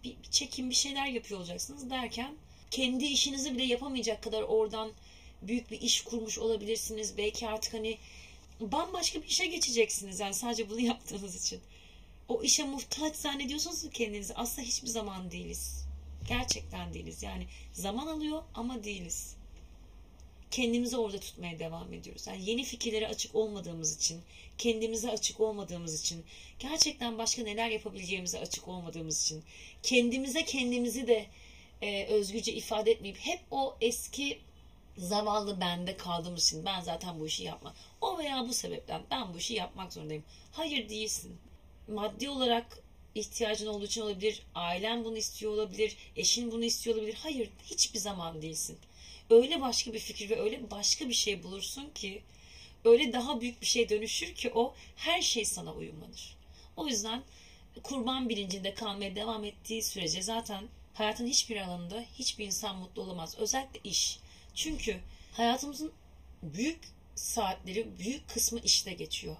bir, bir çekim bir şeyler yapıyor olacaksınız derken kendi işinizi bile yapamayacak kadar oradan büyük bir iş kurmuş olabilirsiniz. Belki artık hani bambaşka bir işe geçeceksiniz yani sadece bunu yaptığınız için. O işe muhtaç zannediyorsunuz ki kendinizi. Aslında hiçbir zaman değiliz. Gerçekten değiliz. Yani zaman alıyor ama değiliz. Kendimizi orada tutmaya devam ediyoruz. Yani yeni fikirlere açık olmadığımız için, kendimize açık olmadığımız için, gerçekten başka neler yapabileceğimize açık olmadığımız için, kendimize kendimizi de e, özgürce ifade etmeyip hep o eski zavallı bende kaldığımız için ben zaten bu işi yapmam. O veya bu sebepten ben bu işi yapmak zorundayım. Hayır değilsin. Maddi olarak ihtiyacın olduğu için olabilir, ailen bunu istiyor olabilir, eşin bunu istiyor olabilir. Hayır, hiçbir zaman değilsin. Öyle başka bir fikir ve öyle başka bir şey bulursun ki, öyle daha büyük bir şey dönüşür ki o her şey sana uyumlanır. O yüzden kurban bilincinde kalmaya devam ettiği sürece zaten hayatın hiçbir alanında hiçbir insan mutlu olamaz. Özellikle iş. Çünkü hayatımızın büyük saatleri, büyük kısmı işte geçiyor.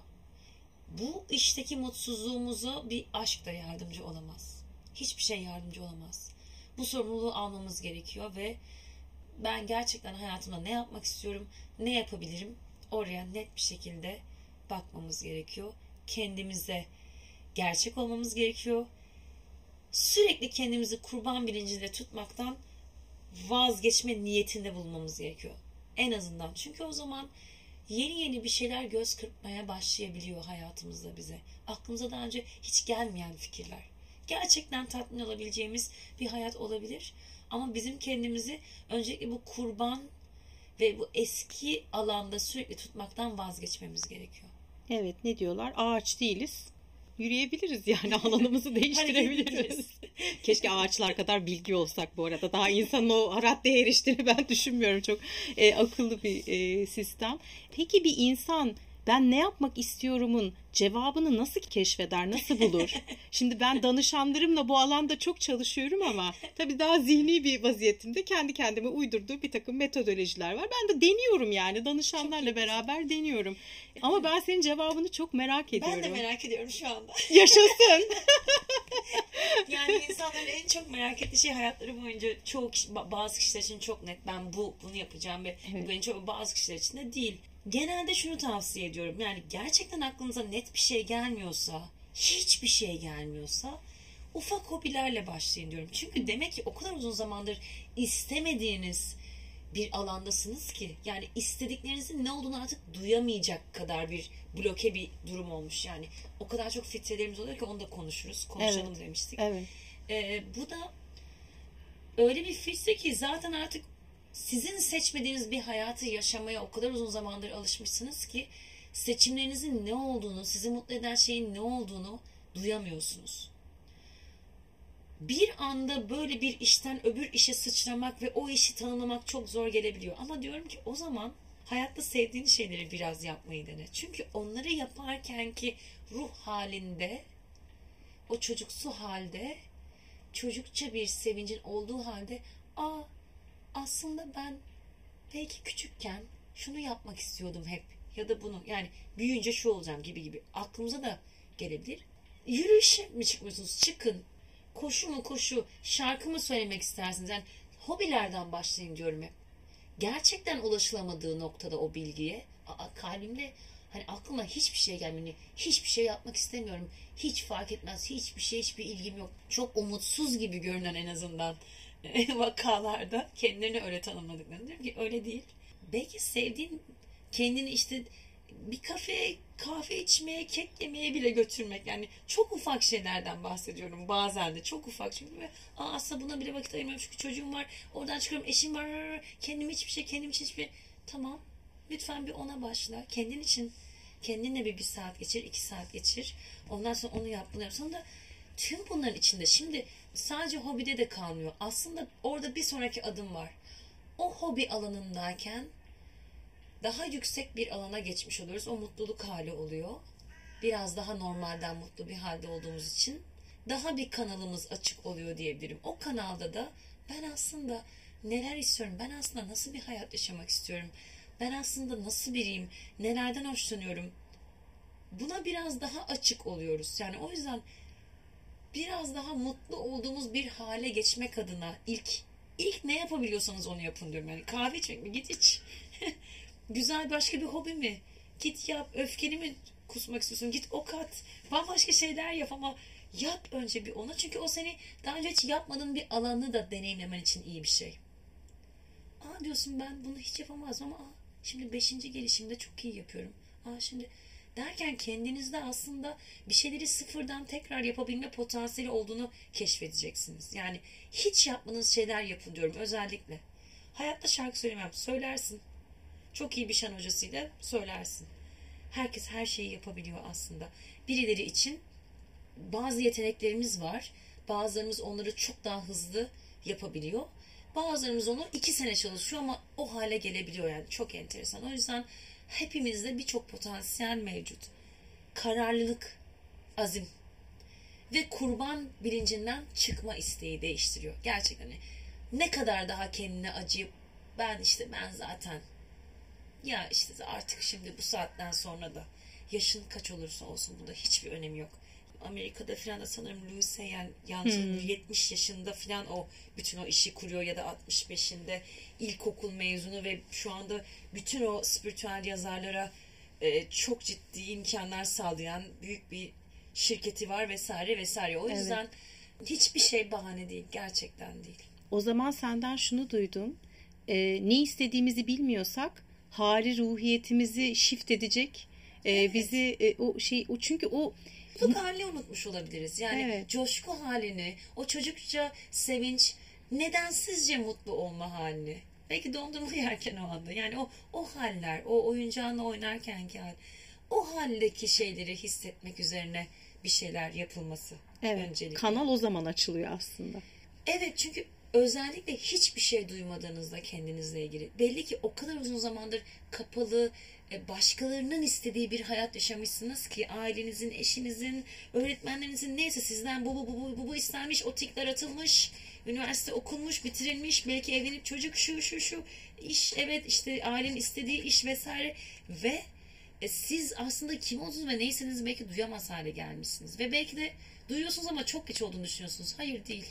Bu işteki mutsuzluğumuza bir aşk da yardımcı olamaz. Hiçbir şey yardımcı olamaz. Bu sorumluluğu almamız gerekiyor ve ben gerçekten hayatımda ne yapmak istiyorum, ne yapabilirim, oraya net bir şekilde bakmamız gerekiyor. Kendimize gerçek olmamız gerekiyor. Sürekli kendimizi kurban bilincinde tutmaktan vazgeçme niyetinde bulunmamız gerekiyor. En azından. Çünkü o zaman yeni yeni bir şeyler göz kırpmaya başlayabiliyor hayatımızda bize. Aklımıza daha önce hiç gelmeyen fikirler. Gerçekten tatmin olabileceğimiz bir hayat olabilir. Ama bizim kendimizi öncelikle bu kurban ve bu eski alanda sürekli tutmaktan vazgeçmemiz gerekiyor. Evet, ne diyorlar? Ağaç değiliz. Yürüyebiliriz yani, alanımızı değiştirebiliriz. Keşke ağaçlar kadar bilgi olsak bu arada. Daha insanın o raddeye eriştiğini ben düşünmüyorum. Çok e, akıllı bir e, sistem. Peki bir insan ben ne yapmak istiyorumun cevabını nasıl keşfeder, nasıl bulur? Şimdi ben danışanlarımla bu alanda çok çalışıyorum ama tabii daha zihni bir vaziyetimde kendi kendime uydurduğum bir takım metodolojiler var. Ben de deniyorum yani, danışanlarla beraber deniyorum. Ama ben senin cevabını çok merak ediyorum. Ben de merak ediyorum şu anda. Yaşasın. Yani insanların en çok merak ettiği şey hayatları boyunca çoğu kişi, bazı kişiler için çok net. Ben bu bunu yapacağım ve Evet. bu benim çok, bazı kişiler için de değil. Genelde şunu tavsiye ediyorum. Yani gerçekten aklınıza net bir şey gelmiyorsa, hiçbir şey gelmiyorsa ufak hobilerle başlayın diyorum. Çünkü demek ki o kadar uzun zamandır istemediğiniz bir alandasınız ki, yani istediklerinizin ne olduğunu artık duyamayacak kadar bir bloke bir durum olmuş. Yani o kadar çok filtrelerimiz oluyor ki onu da konuşuruz. Konuşalım Evet. demiştik. Evet. Ee, bu da öyle bir filtre ki zaten artık sizin seçmediğiniz bir hayatı yaşamaya o kadar uzun zamandır alışmışsınız ki seçimlerinizin ne olduğunu, sizi mutlu eden şeyin ne olduğunu duyamıyorsunuz. Bir anda böyle bir işten öbür işe sıçramak ve o işi tanımlamak çok zor gelebiliyor. Ama diyorum ki o zaman hayatta sevdiğin şeyleri biraz yapmayı dene. Çünkü onları yaparken ki ruh halinde, o çocuksu halde, çocukça bir sevincin olduğu halde, aa aslında ben belki küçükken şunu yapmak istiyordum hep ya da bunu, yani büyüyünce şu olacağım gibi gibi aklımıza da gelebilir. Yürüyüşe mi çıkmıyorsunuz? Çıkın. Koşu mu koşu, şarkı mı söylemek istersiniz? Yani hobilerden başlayın diyorum hep. Gerçekten ulaşılamadığı noktada o bilgiye, aa, kalbimde hani aklıma hiçbir şey gelmiyor. Hiçbir şey yapmak istemiyorum. Hiç fark etmez. Hiçbir şey, hiçbir ilgim yok. Çok umutsuz gibi görünen en azından vakalarda kendilerini öyle tanımladıklarını diyorum ki öyle değil. Belki sevdiğin, kendini işte bir kafeye kahve içmeye, kek yemeye bile götürmek, yani çok ufak şeylerden bahsediyorum bazen de, çok ufak çünkü ve aa, aslında buna bile vakit ayırmıyorum çünkü çocuğum var, oradan çıkıyorum, eşim var, kendim hiçbir şey, kendim için hiçbir şey. Tamam, lütfen bir ona başla, kendin için kendinle bir, bir saat geçir, iki saat geçir, ondan sonra onu yap, bunu yap, sonra da tüm bunların içinde şimdi sadece hobide de kalmıyor, aslında orada bir sonraki adım var. O hobi alanındayken daha yüksek bir alana geçmiş oluyoruz. O mutluluk hali oluyor. Biraz daha normalden mutlu bir halde olduğumuz için daha bir kanalımız açık oluyor diyebilirim. O kanalda da ben aslında neler istiyorum, ben aslında nasıl bir hayat yaşamak istiyorum, ben aslında nasıl biriyim, nelerden hoşlanıyorum, buna biraz daha açık oluyoruz. Yani o yüzden biraz daha mutlu olduğumuz bir hale geçmek adına ilk ilk ne yapabiliyorsanız onu yapın diyorum. Yani kahve içmek mi? Git iç. Güzel başka bir hobi mi? Git yap. Öfkeni mi kusmak istiyorsun? Git ok at. Bambaşka şeyler yap ama yap önce bir ona. Çünkü o seni daha önce hiç yapmadığın bir alanı da deneyimlemen için iyi bir şey. Aa diyorsun ben bunu hiç yapamazdım ama aa, şimdi beşinci gelişimde çok iyi yapıyorum. Aa şimdi derken kendinizde aslında bir şeyleri sıfırdan tekrar yapabilme potansiyeli olduğunu keşfedeceksiniz. Yani hiç yapmadığınız şeyler yapın diyorum özellikle. Hayatta şarkı söylemem. Söylersin. Çok iyi bir şan hocasıyla söylersin. Herkes her şeyi yapabiliyor aslında. Birileri için bazı yeteneklerimiz var. Bazılarımız onları çok daha hızlı yapabiliyor. Bazılarımız onu iki sene çalışıyor ama o hale gelebiliyor yani. Çok enteresan. O yüzden hepimizde birçok potansiyel mevcut. Kararlılık, azim ve kurban bilincinden çıkma isteği değiştiriyor. Gerçekten ne kadar daha kendine acıyıp ben işte ben zaten ya işte artık şimdi bu saatten sonra da yaşın kaç olursa olsun bunda hiçbir önemi yok. Amerika'da falan da sanırım Louis Hay yanlış hmm. yetmiş yaşında falan o bütün o işi kuruyor ya da altmış beşinde ilkokul mezunu ve şu anda bütün o spiritüel yazarlara e, çok ciddi imkanlar sağlayan büyük bir şirketi var vesaire vesaire. O yüzden evet. Hiçbir şey bahane değil. Gerçekten değil. O zaman senden şunu duydum. Ee, ne istediğimizi bilmiyorsak hari ruhiyetimizi shift edecek. Ee, evet. Bizi e, o şey o çünkü o mutluluk halini unutmuş olabiliriz. Yani evet. Coşku halini, o çocukça sevinç, nedensizce mutlu olma halini. Belki dondurma yerken o anda. Yani o o haller, o oyuncağınla oynarkenki hal. O haldeki şeyleri hissetmek üzerine bir şeyler yapılması. Evet. Öncelikle. Kanal o zaman açılıyor aslında. Evet çünkü özellikle hiçbir şey duymadığınızda kendinizle ilgili. Belli ki o kadar uzun zamandır kapalı, başkalarının istediği bir hayat yaşamışsınız ki ailenizin, eşinizin, öğretmenlerinizin neyse sizden bu bu bu bu bu, bu istenmiş, o tikler atılmış, üniversite okunmuş, bitirilmiş, belki evlenip çocuk şu şu şu iş, evet işte ailenin istediği iş vesaire ve e, siz aslında kim olduğunuz ve neyseniz belki duyamaz hale gelmişsiniz ve belki de duyuyorsunuz ama çok geç olduğunu düşünüyorsunuz. Hayır değil.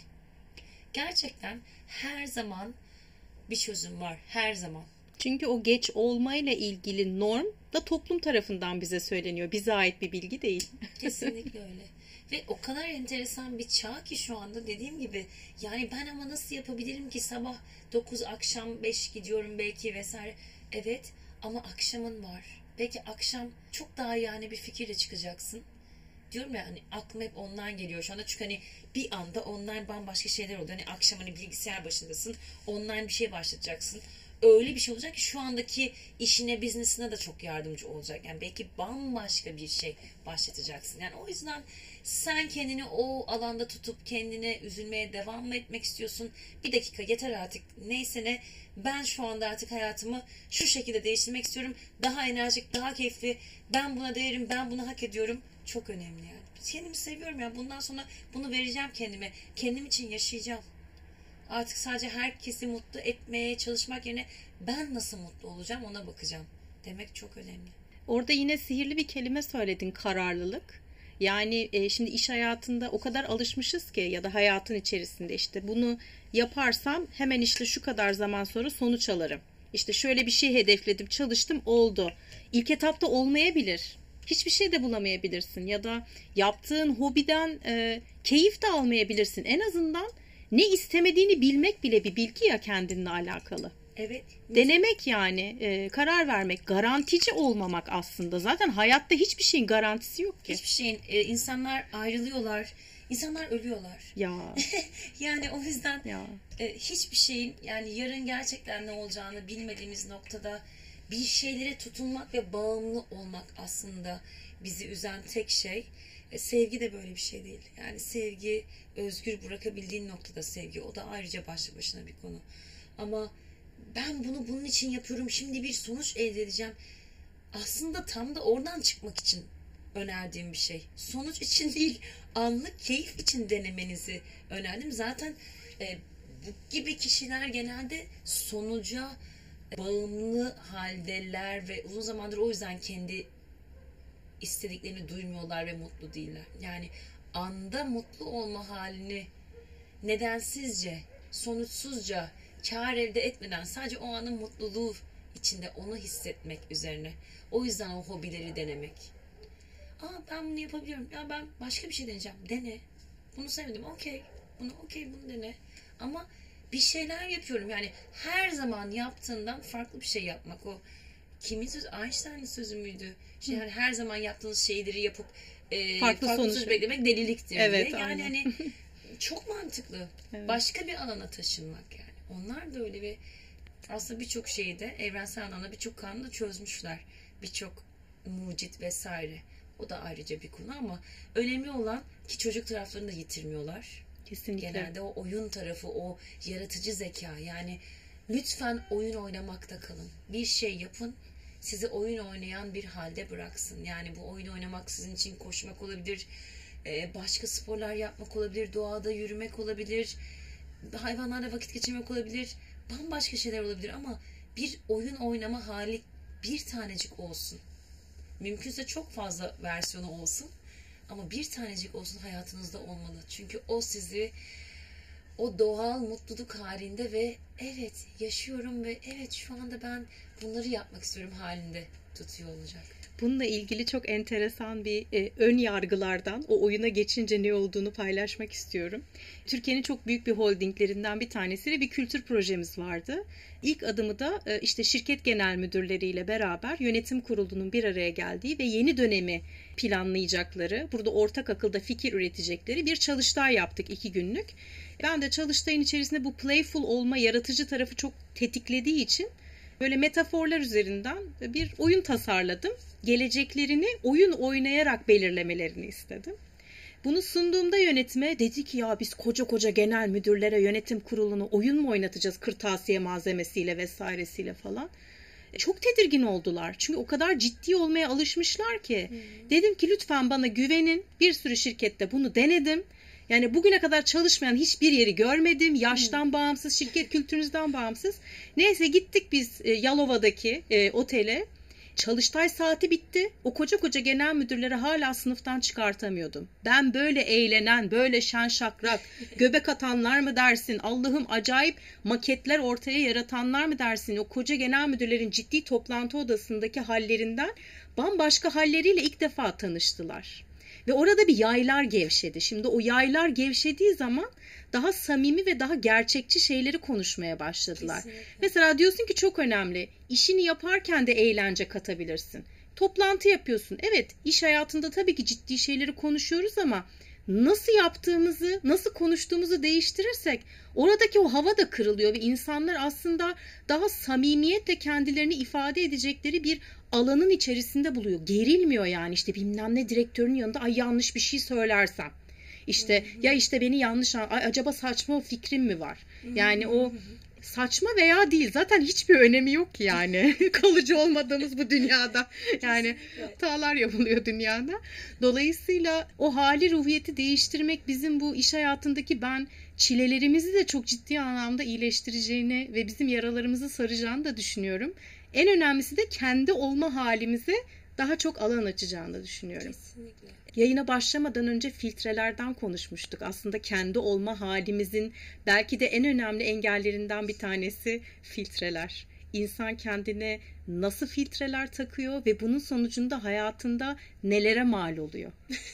Gerçekten her zaman bir çözüm var. Her zaman. Çünkü o geç olmayla ilgili norm da toplum tarafından bize söyleniyor. Bize ait bir bilgi değil. Kesinlikle öyle. Ve o kadar enteresan bir çağ ki şu anda dediğim gibi. Yani ben ama nasıl yapabilirim ki sabah dokuz akşam beş gidiyorum belki vesaire. Evet ama akşamın var. Belki akşam çok daha yani bir fikirle çıkacaksın. Diyorum ya hani aklıma hep online geliyor şu anda çünkü hani bir anda online bambaşka şeyler oluyor. Hani akşam hani bilgisayar başındasın, online bir şey başlatacaksın. Öyle bir şey olacak ki şu andaki işine, biznesine de çok yardımcı olacak. Yani belki bambaşka bir şey başlatacaksın. Yani o yüzden sen kendini o alanda tutup kendine üzülmeye devam mı etmek istiyorsun? Bir dakika yeter artık. Neyse ne ben şu anda artık hayatımı şu şekilde değiştirmek istiyorum. Daha enerjik, daha keyifli. Ben buna değerim, ben bunu hak ediyorum. Çok önemli yani. Kendimi seviyorum ya. Bundan sonra bunu vereceğim kendime. Kendim için yaşayacağım. Artık sadece herkesi mutlu etmeye çalışmak yerine ben nasıl mutlu olacağım ona bakacağım. Demek çok önemli. Orada yine sihirli bir kelime söyledin, kararlılık. Yani e, şimdi iş hayatında o kadar alışmışız ki ya da hayatın içerisinde işte bunu yaparsam hemen işte şu kadar zaman sonra sonuç alırım. İşte şöyle bir şey hedefledim, çalıştım, oldu. İlk etapta olmayabilir. Hiçbir şey de bulamayabilirsin ya da yaptığın hobiden e, keyif de almayabilirsin. En azından ne istemediğini bilmek bile bir bilgi ya kendinle alakalı. Evet. Denemek yani e, karar vermek, garantici olmamak aslında. Zaten hayatta hiçbir şeyin garantisi yok ki. Hiçbir şeyin. E, insanlar ayrılıyorlar. İnsanlar ölüyorlar. Ya. Yani o yüzden ya. E, hiçbir şeyin yani yarın gerçekten ne olacağını bilmediğimiz noktada bir şeylere tutunmak ve bağımlı olmak aslında bizi üzen tek şey. E, sevgi de böyle bir şey değil. Yani sevgi, özgür bırakabildiğin noktada sevgi. O da ayrıca başlı başına bir konu. Ama ben bunu bunun için yapıyorum. Şimdi bir sonuç elde edeceğim. Aslında tam da oradan çıkmak için önerdiğim bir şey. Sonuç için değil, anlık keyif için denemenizi önerdim. Zaten e, bu gibi kişiler genelde sonuca bağımlı haldeler ve uzun zamandır o yüzden kendi istediklerini duymuyorlar ve mutlu değiller. Yani anda mutlu olma halini nedensizce, sonuçsuzca, kar elde etmeden sadece o anın mutluluğu içinde onu hissetmek üzerine. O yüzden o hobileri denemek. Aa ben bunu yapabiliyorum. Ya ben başka bir şey deneyeceğim. Dene. Bunu sevmedim. Okey. Bunu okey bunu dene. Ama bir şeyler yapıyorum. Yani her zaman yaptığından farklı bir şey yapmak. O kimin sözü? Einstein'ın sözü müydü? İşte yani her zaman yaptığınız şeyleri yapıp e, Farklı farklı, sonuç sonuç beklemek deliliktir Evet, diye. Yani aynen. hani çok mantıklı. Evet. Başka bir alana taşınmak yani. Onlar da öyle ve aslında birçok şeyi de evrensel anlamda birçok kanunu da çözmüşler. Birçok mucit vesaire. O da ayrıca bir konu ama önemli olan ki çocuk taraflarını da yitirmiyorlar. Kesinlikle. Genelde o oyun tarafı, o yaratıcı zeka. Yani lütfen oyun oynamakta kalın. Bir şey yapın, sizi oyun oynayan bir halde bıraksın. Yani bu oyun oynamak sizin için koşmak olabilir, başka sporlar yapmak olabilir, doğada yürümek olabilir, hayvanlarla vakit geçirmek olabilir, bambaşka şeyler olabilir ama bir oyun oynama hali bir tanecik olsun. Mümkünse çok fazla versiyonu olsun ama bir tanecik olsun hayatınızda olmalı. Çünkü o sizi o doğal mutluluk halinde ve evet yaşıyorum ve evet şu anda ben bunları yapmak istiyorum halinde tutuyor olacak. Bununla ilgili çok enteresan bir e, ön yargılardan o oyuna geçince ne olduğunu paylaşmak istiyorum. Türkiye'nin çok büyük bir holdinglerinden bir tanesiyle bir kültür projemiz vardı. İlk adımı da e, işte şirket genel müdürleriyle beraber yönetim kurulunun bir araya geldiği ve yeni dönemi planlayacakları, burada ortak akılda fikir üretecekleri bir çalıştay yaptık iki günlük. Ben de çalıştayın içerisinde bu playful olma, yaratıcı tarafı çok tetiklediği için böyle metaforlar üzerinden bir oyun tasarladım. Geleceklerini oyun oynayarak belirlemelerini istedim. Bunu sunduğumda yönetime dedi ki ya biz koca koca genel müdürlere yönetim kurulunu oyun mu oynatacağız kırtasiye malzemesiyle vesairesiyle falan. Çok tedirgin oldular. Çünkü o kadar ciddi olmaya alışmışlar ki. Hmm. Dedim ki lütfen bana güvenin. Bir sürü şirkette bunu denedim. Yani bugüne kadar çalışmayan hiçbir yeri görmedim. Yaştan hmm. bağımsız, şirket kültürünüzden bağımsız. Neyse gittik biz e, Yalova'daki e, otele. Çalıştay saati bitti. O koca koca genel müdürleri hala sınıftan çıkartamıyordum. Ben böyle eğlenen, böyle şen şakrak, göbek atanlar mı dersin? Allah'ım acayip maketler ortaya yaratanlar mı dersin? O koca genel müdürlerin ciddi toplantı odasındaki hallerinden bambaşka halleriyle ilk defa tanıştılar. Ve orada bir yaylar gevşedi. Şimdi o yaylar gevşediği zaman daha samimi ve daha gerçekçi şeyleri konuşmaya başladılar. Kesinlikle. Mesela diyorsun ki çok önemli. İşini yaparken de eğlence katabilirsin. Toplantı yapıyorsun. Evet, iş hayatında tabii ki ciddi şeyleri konuşuyoruz ama nasıl yaptığımızı, nasıl konuştuğumuzu değiştirirsek oradaki o hava da kırılıyor ve insanlar aslında daha samimiyetle kendilerini ifade edecekleri bir alanın içerisinde buluyor. Gerilmiyor yani işte bilmem ne direktörün yanında ay yanlış bir şey söylersem. İşte hı hı. ya işte beni yanlış ay acaba saçma fikrim mi var? Yani hı hı. o saçma veya değil zaten hiçbir önemi yok ki yani kalıcı olmadığımız bu dünyada yani hatalar yapılıyor dünyada. Dolayısıyla o hali ruhiyeti değiştirmek bizim bu iş hayatındaki ben çilelerimizi de çok ciddi anlamda iyileştireceğini ve bizim yaralarımızı saracağını da düşünüyorum. En önemlisi de kendi olma halimize daha çok alan açacağını düşünüyorum. Kesinlikle. Yayına başlamadan önce filtrelerden konuşmuştuk. Aslında kendi olma halimizin belki de en önemli engellerinden bir tanesi filtreler. İnsan kendine nasıl filtreler takıyor ve bunun sonucunda hayatında nelere mal oluyor?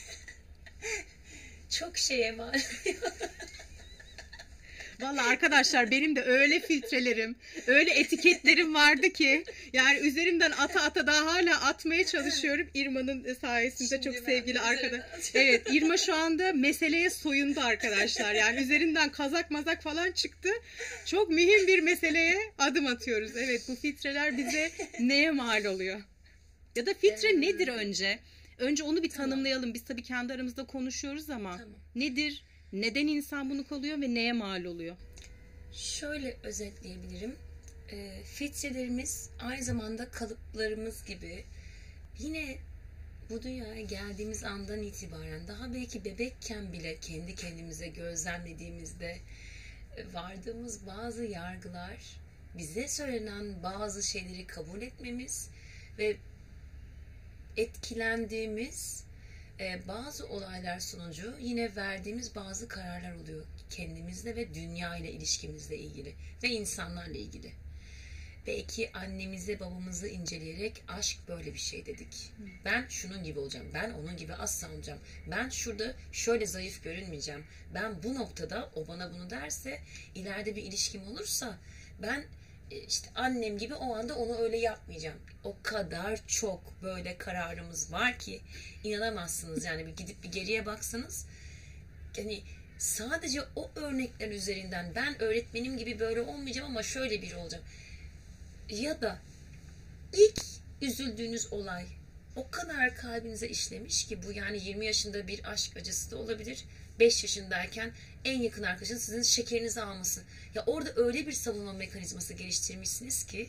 Çok şeye mal oluyor. Vallahi arkadaşlar benim de öyle filtrelerim, öyle etiketlerim vardı ki yani üzerimden ata ata daha hala atmaya çalışıyorum. İrma'nın sayesinde şimdi çok sevgili arkadaş. Evet, İrma şu anda meseleye soyundu arkadaşlar. Yani üzerinden kazak mazak falan çıktı. Çok mühim bir meseleye adım atıyoruz. Evet, bu filtreler bize neye mal oluyor? Ya da filtre evet. nedir önce? Önce onu bir tamam. tanımlayalım. Biz tabii kendi aramızda konuşuyoruz ama tamam. nedir? Neden insan bunu kalıyor ve neye mal oluyor? Şöyle özetleyebilirim. E, filtrelerimiz aynı zamanda kalıplarımız gibi yine bu dünyaya geldiğimiz andan itibaren daha belki bebekken bile kendi kendimize gözlemlediğimizde vardığımız bazı yargılar, bize söylenen bazı şeyleri kabul etmemiz ve etkilendiğimiz Ee, bazı olaylar sonucu yine verdiğimiz bazı kararlar oluyor. Kendimizle ve dünya ile ilişkimizle ilgili ve insanlarla ilgili. Belki annemizi babamızı inceleyerek aşk böyle bir şey dedik. Ben şunun gibi olacağım. Ben onun gibi asla olacağım. Ben şurada şöyle zayıf görünmeyeceğim. Ben bu noktada o bana bunu derse ileride bir ilişkim olursa ben işte annem gibi o anda onu öyle yapmayacağım. O kadar çok böyle kararımız var ki inanamazsınız. Yani bir gidip bir geriye baksanız yani sadece o örnekler üzerinden ben öğretmenim gibi böyle olmayacağım ama şöyle biri olacağım. Ya da ilk üzüldüğünüz olay o kadar kalbinize işlemiş ki bu yani yirmi yaşında bir aşk acısı da olabilir. beş yaşındayken en yakın arkadaşın sizin şekerinizi alması. Ya orada öyle bir savunma mekanizması geliştirmişsiniz ki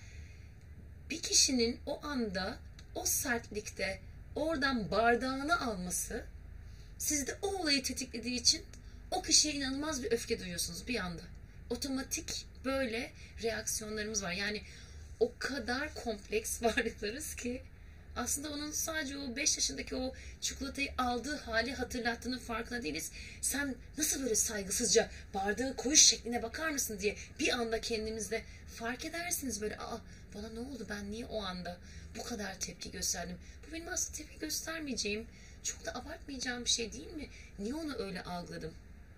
bir kişinin o anda o sertlikte oradan bardağını alması sizde o olayı tetiklediği için o kişiye inanılmaz bir öfke duyuyorsunuz bir anda. Otomatik böyle reaksiyonlarımız var. Yani o kadar kompleks varlıklarız ki aslında onun sadece o beş yaşındaki o çikolatayı aldığı hali hatırlattığının farkında değiliz. Sen nasıl böyle saygısızca bardağı koyuş şekline bakar mısın diye bir anda kendimizde fark edersiniz böyle aa bana ne oldu ben niye o anda bu kadar tepki gösterdim. Bu benim aslında tepki göstermeyeceğim çok da abartmayacağım bir şey değil mi? Niye onu öyle algıladım?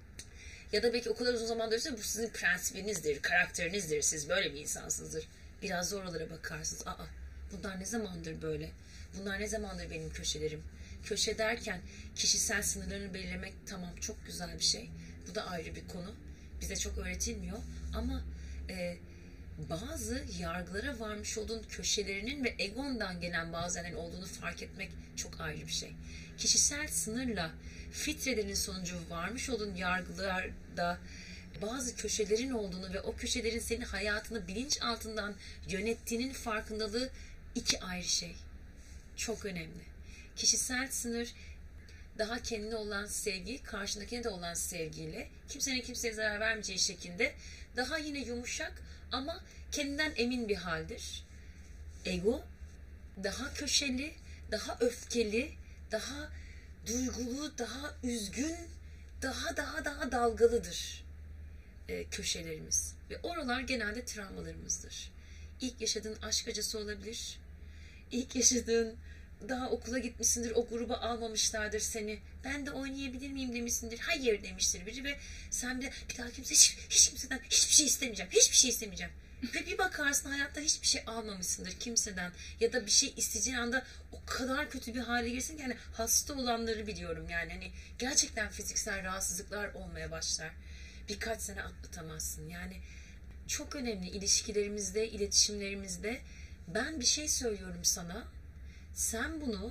Ya da belki o kadar uzun zamandır bu sizin prensibinizdir, karakterinizdir, siz böyle bir insansınızdır. Biraz da oralara bakarsınız. Aa, bunlar ne zamandır böyle? Bunlar ne zamandır benim köşelerim? Köşe derken kişisel sınırlarını belirlemek tamam çok güzel bir şey. Bu da ayrı bir konu. Bize çok öğretilmiyor. Ama e, bazı yargılara varmış olduğun köşelerinin ve egondan gelen bazen olduğunu fark etmek çok ayrı bir şey. Kişisel sınırla fitrelerin sonucu varmış olduğun yargılarda bazı köşelerin olduğunu ve o köşelerin senin hayatını bilinç altından yönettiğinin farkındalığı iki ayrı şey. Çok önemli. Kişisel sınır daha kendine olan sevgi, karşındakine de olan sevgiyle kimsenin kimseye zarar vermeyeceği şekilde daha yine yumuşak ama kendinden emin bir haldir. Ego daha köşeli, daha öfkeli, daha duygulu, daha üzgün, daha daha daha dalgalıdır e, köşelerimiz. Ve oralar genelde travmalarımızdır. İlk yaşadığın aşk acısı olabilir. İlk yaşadığın daha okula gitmişsindir, o gruba almamışlardır seni. Ben de oynayabilir miyim demişsindir. Hayır demiştir biri ve sen de bir daha kimse hiç, hiç kimseden hiçbir şey istemeyeceğim. Hiçbir şey istemeyeceğim. Ve bir bakarsın hayatta hiçbir şey almamışsındır kimseden. Ya da bir şey isteyeceğin anda o kadar kötü bir hale girsin ki yani hasta olanları biliyorum yani. Hani gerçekten fiziksel rahatsızlıklar olmaya başlar. Birkaç sene atlatamazsın. Yani çok önemli ilişkilerimizde, iletişimlerimizde ben bir şey söylüyorum sana. Sen bunu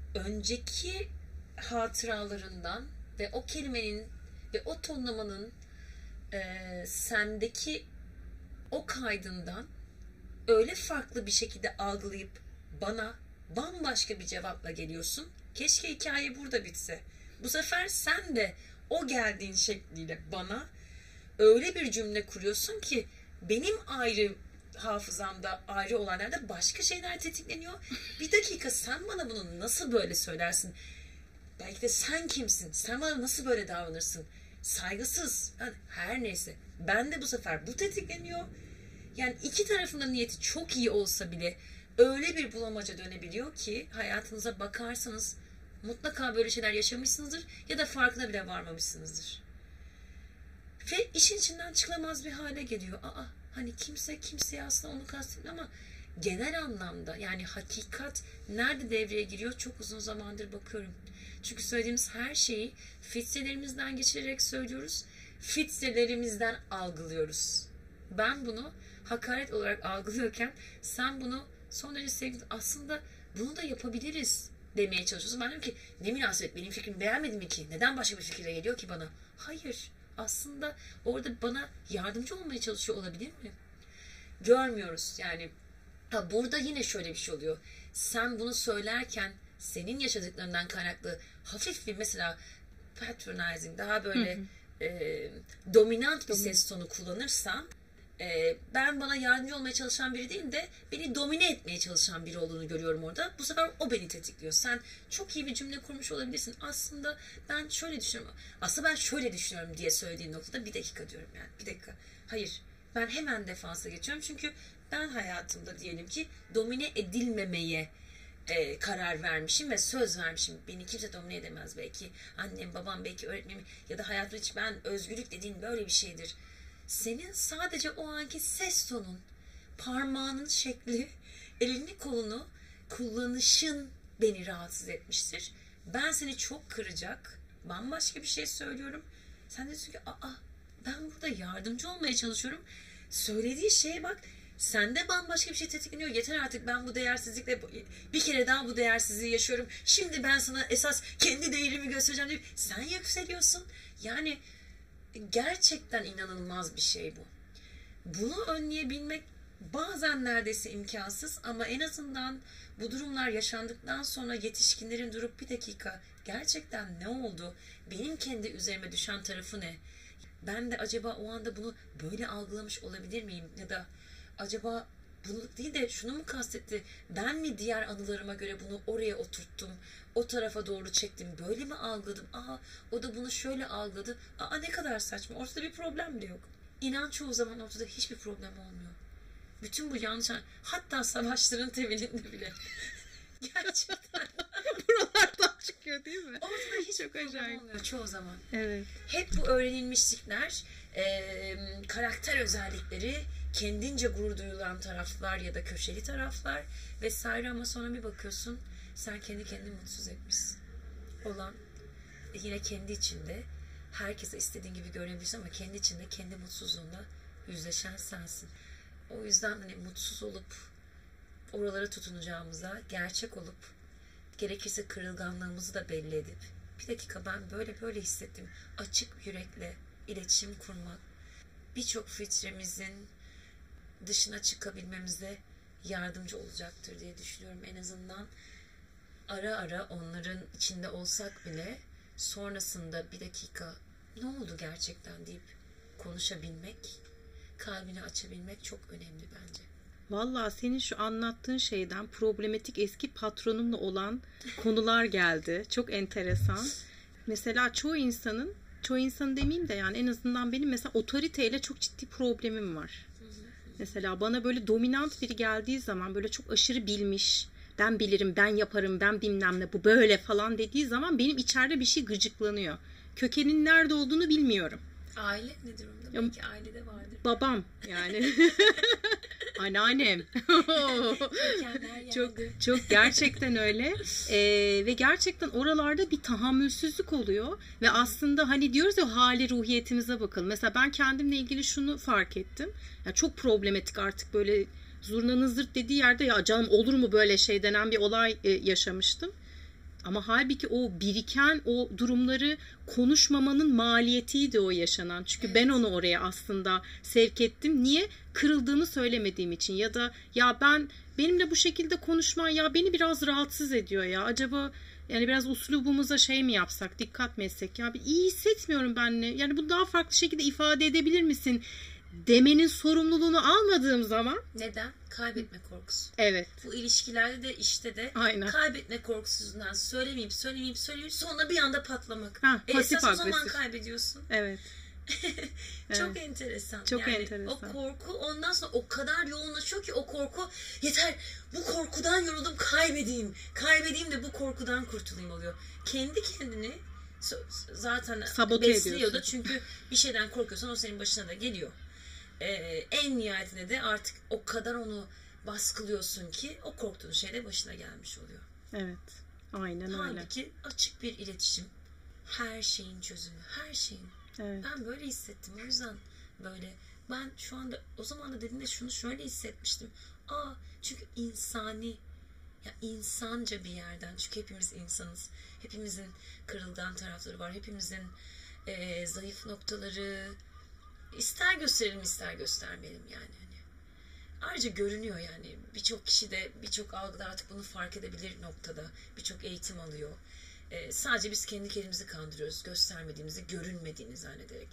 önceki hatıralarından ve o kelimenin ve o tonlamanın e, sendeki o kaydından öyle farklı bir şekilde algılayıp bana bambaşka bir cevapla geliyorsun. Keşke hikaye burada bitse. Bu sefer sen de o geldiğin şekliyle bana öyle bir cümle kuruyorsun ki benim ayrı hafızamda ayrı olanlarda başka şeyler tetikleniyor. Bir dakika sen bana bunu nasıl böyle söylersin? Belki de sen kimsin? Sen bana nasıl böyle davranırsın? Saygısız. Her neyse. Ben de bu sefer bu tetikleniyor. Yani iki tarafın da niyeti çok iyi olsa bile öyle bir bulamaca dönebiliyor ki hayatınıza bakarsanız mutlaka böyle şeyler yaşamışsınızdır ya da farkına bile varmamışsınızdır. Ve işin içinden çıkılamaz bir hale geliyor. Aa, hani kimse kimseye aslında onu kastetmiyor ama genel anlamda yani hakikat nerede devreye giriyor çok uzun zamandır bakıyorum. Çünkü söylediğimiz her şeyi filtrelerimizden geçirerek söylüyoruz. Filtrelerimizden algılıyoruz. Ben bunu hakaret olarak algılıyorken sen bunu son derece sevgili aslında bunu da yapabiliriz demeye çalışıyorsun. Ben diyorum ki ne münasebet benim fikrimi beğenmedin mi ki? Neden başka bir fikirle geliyor ki bana? Hayır. Aslında orada bana yardımcı olmaya çalışıyor olabilir mi? Görmüyoruz. Yani ha, burada yine şöyle bir şey oluyor. Sen bunu söylerken senin yaşadıklarından kaynaklı hafif bir mesela patronizing daha böyle hı hı. E, dominant bir ses tonu kullanırsan Ee, ben bana yardımcı olmaya çalışan biri değil de beni domine etmeye çalışan biri olduğunu görüyorum orada. Bu sefer o beni tetikliyor. Sen çok iyi bir cümle kurmuş olabilirsin. Aslında ben şöyle düşünüyorum. Aslında ben şöyle düşünüyorum diye söylediğin noktada bir dakika diyorum yani. Bir dakika. Hayır. Ben hemen defansa geçiyorum. Çünkü ben hayatımda diyelim ki domine edilmemeye e, karar vermişim ve söz vermişim. Beni kimse domine edemez belki. Annem, babam, belki öğretmenim ya da hayatımda hiç ben özgürlük dediğin böyle bir şeydir. Senin sadece o anki ses tonun, parmağının şekli, elini kolunu kullanışın beni rahatsız etmiştir. Ben seni çok kıracak, bambaşka bir şey söylüyorum. Sen de diyorsun ki aa ben burada yardımcı olmaya çalışıyorum. Söylediği şeye bak, sende bambaşka bir şey tetikleniyor. Yeter artık, ben bu değersizlikle bir kere daha bu değersizliği yaşıyorum. Şimdi ben sana esas kendi değerimi göstereceğim diye sen yükseliyorsun. Yani gerçekten inanılmaz bir şey bu. Bunu önleyebilmek bazen neredeyse imkansız ama en azından bu durumlar yaşandıktan sonra yetişkinlerin durup bir dakika gerçekten ne oldu? Benim kendi üzerime düşen tarafı ne? Ben de acaba o anda bunu böyle algılamış olabilir miyim? Ya da acaba bunu değil de şunu mu kastetti? Ben mi diğer anılarıma göre bunu oraya oturttum? O tarafa doğru çektim. Böyle mi algıladım? Aa, o da bunu şöyle algıladı. Aa, ne kadar saçma. Ortada bir problem bile yok. İnan çoğu zaman ortada hiçbir problem olmuyor. Bütün bu yanlış, hatta savaşların temelinde bile. Gerçekten. Buralardan çıkıyor değil mi? Ortada hiç Çok problem acayip. olmuyor çoğu zaman. Evet. Hep bu öğrenilmişlikler, e, karakter özellikleri, kendince gurur duyulan taraflar ya da köşeli taraflar vesaire ama sonra bir bakıyorsun sen kendi kendini mutsuz etmişsin. Olan e, yine kendi içinde herkese istediğin gibi görünebilirsin ama kendi içinde kendi mutsuzluğunla yüzleşen sensin. O yüzden hani mutsuz olup oralara tutunacağımıza gerçek olup gerekirse kırılganlığımızı da belli edip bir dakika ben böyle böyle hissettim. Açık yürekle iletişim kurmak birçok filtremizin dışına çıkabilmemize yardımcı olacaktır diye düşünüyorum. En azından ara ara onların içinde olsak bile sonrasında bir dakika ne oldu gerçekten deyip konuşabilmek, kalbini açabilmek çok önemli bence. Vallahi senin şu anlattığın şeyden problematik eski patronumla olan konular geldi. Çok enteresan. Mesela çoğu insanın, çoğu insanın demeyeyim de yani en azından benim mesela otoriteyle çok ciddi problemim var. Mesela bana böyle dominant biri geldiği zaman böyle çok aşırı bilmiş, ben bilirim, ben yaparım, ben bilmem ne, bu böyle falan dediği zaman benim içeride bir şey gıcıklanıyor. Kökenin nerede olduğunu bilmiyorum. Aile ne durumda? Ya, belki ailede vardır. Babam yani. Anneannem. çok çok gerçekten öyle. Ee, ve gerçekten oralarda bir tahammülsüzlük oluyor ve aslında hani diyoruz ya hali ruhiyetimize bakalım. Mesela ben kendimle ilgili şunu fark ettim. Yani çok problematik artık böyle zurnanın zırt dediği yerde ya canım olur mu böyle şey denen bir olay e, yaşamıştım. Ama halbuki o biriken o durumları konuşmamanın maliyetiydi o yaşanan. Çünkü evet. Ben onu oraya aslında sevk ettim. Niye? Kırıldığımı söylemediğim için ya da ya ben benimle bu şekilde konuşman ya beni biraz rahatsız ediyor ya. Acaba yani biraz uslubumuza şey mi yapsak, dikkat mi etsek? Ya iyi hissetmiyorum benle. Yani bunu daha farklı şekilde ifade edebilir misin? Demenin sorumluluğunu almadığım zaman. Neden? Kaybetme korkusu. Evet. Bu ilişkilerde de işte de aynen. Kaybetme korkusundan söylemeyip söylemeyip söylemeyip sonra bir anda patlamak. Ha, e pasif esas agresif. o zaman kaybediyorsun. Evet. Çok evet. enteresan. Çok yani enteresan. O korku ondan sonra o kadar yoğunlaşıyor ki o korku yeter bu korkudan yoruldum kaybedeyim. Kaybedeyim de bu korkudan kurtulayım oluyor. Kendi kendini zaten sabote besliyor da çünkü bir şeyden korkuyorsan o senin başına da geliyor. Ee, en nihayetinde de artık o kadar onu baskılıyorsun ki o korktuğun şey de başına gelmiş oluyor. Evet. Aynen öyle. Halbuki açık bir iletişim her şeyin çözümü. Her şeyin. Evet. Ben böyle hissettim. O yüzden böyle. Ben şu anda o zaman da dediğinde şunu şöyle hissetmiştim. Aa çünkü insani ya insanca bir yerden. Çünkü hepimiz insanız. Hepimizin kırılgan tarafları var. Hepimizin e, zayıf noktaları ister gösterelim ister göstermeyelim yani. Hani. Ayrıca görünüyor yani. Birçok kişi de birçok algıda artık bunu fark edebilir noktada. Birçok eğitim alıyor. Ee, sadece biz kendi kendimizi kandırıyoruz. Göstermediğimizi görünmediğini zannederek.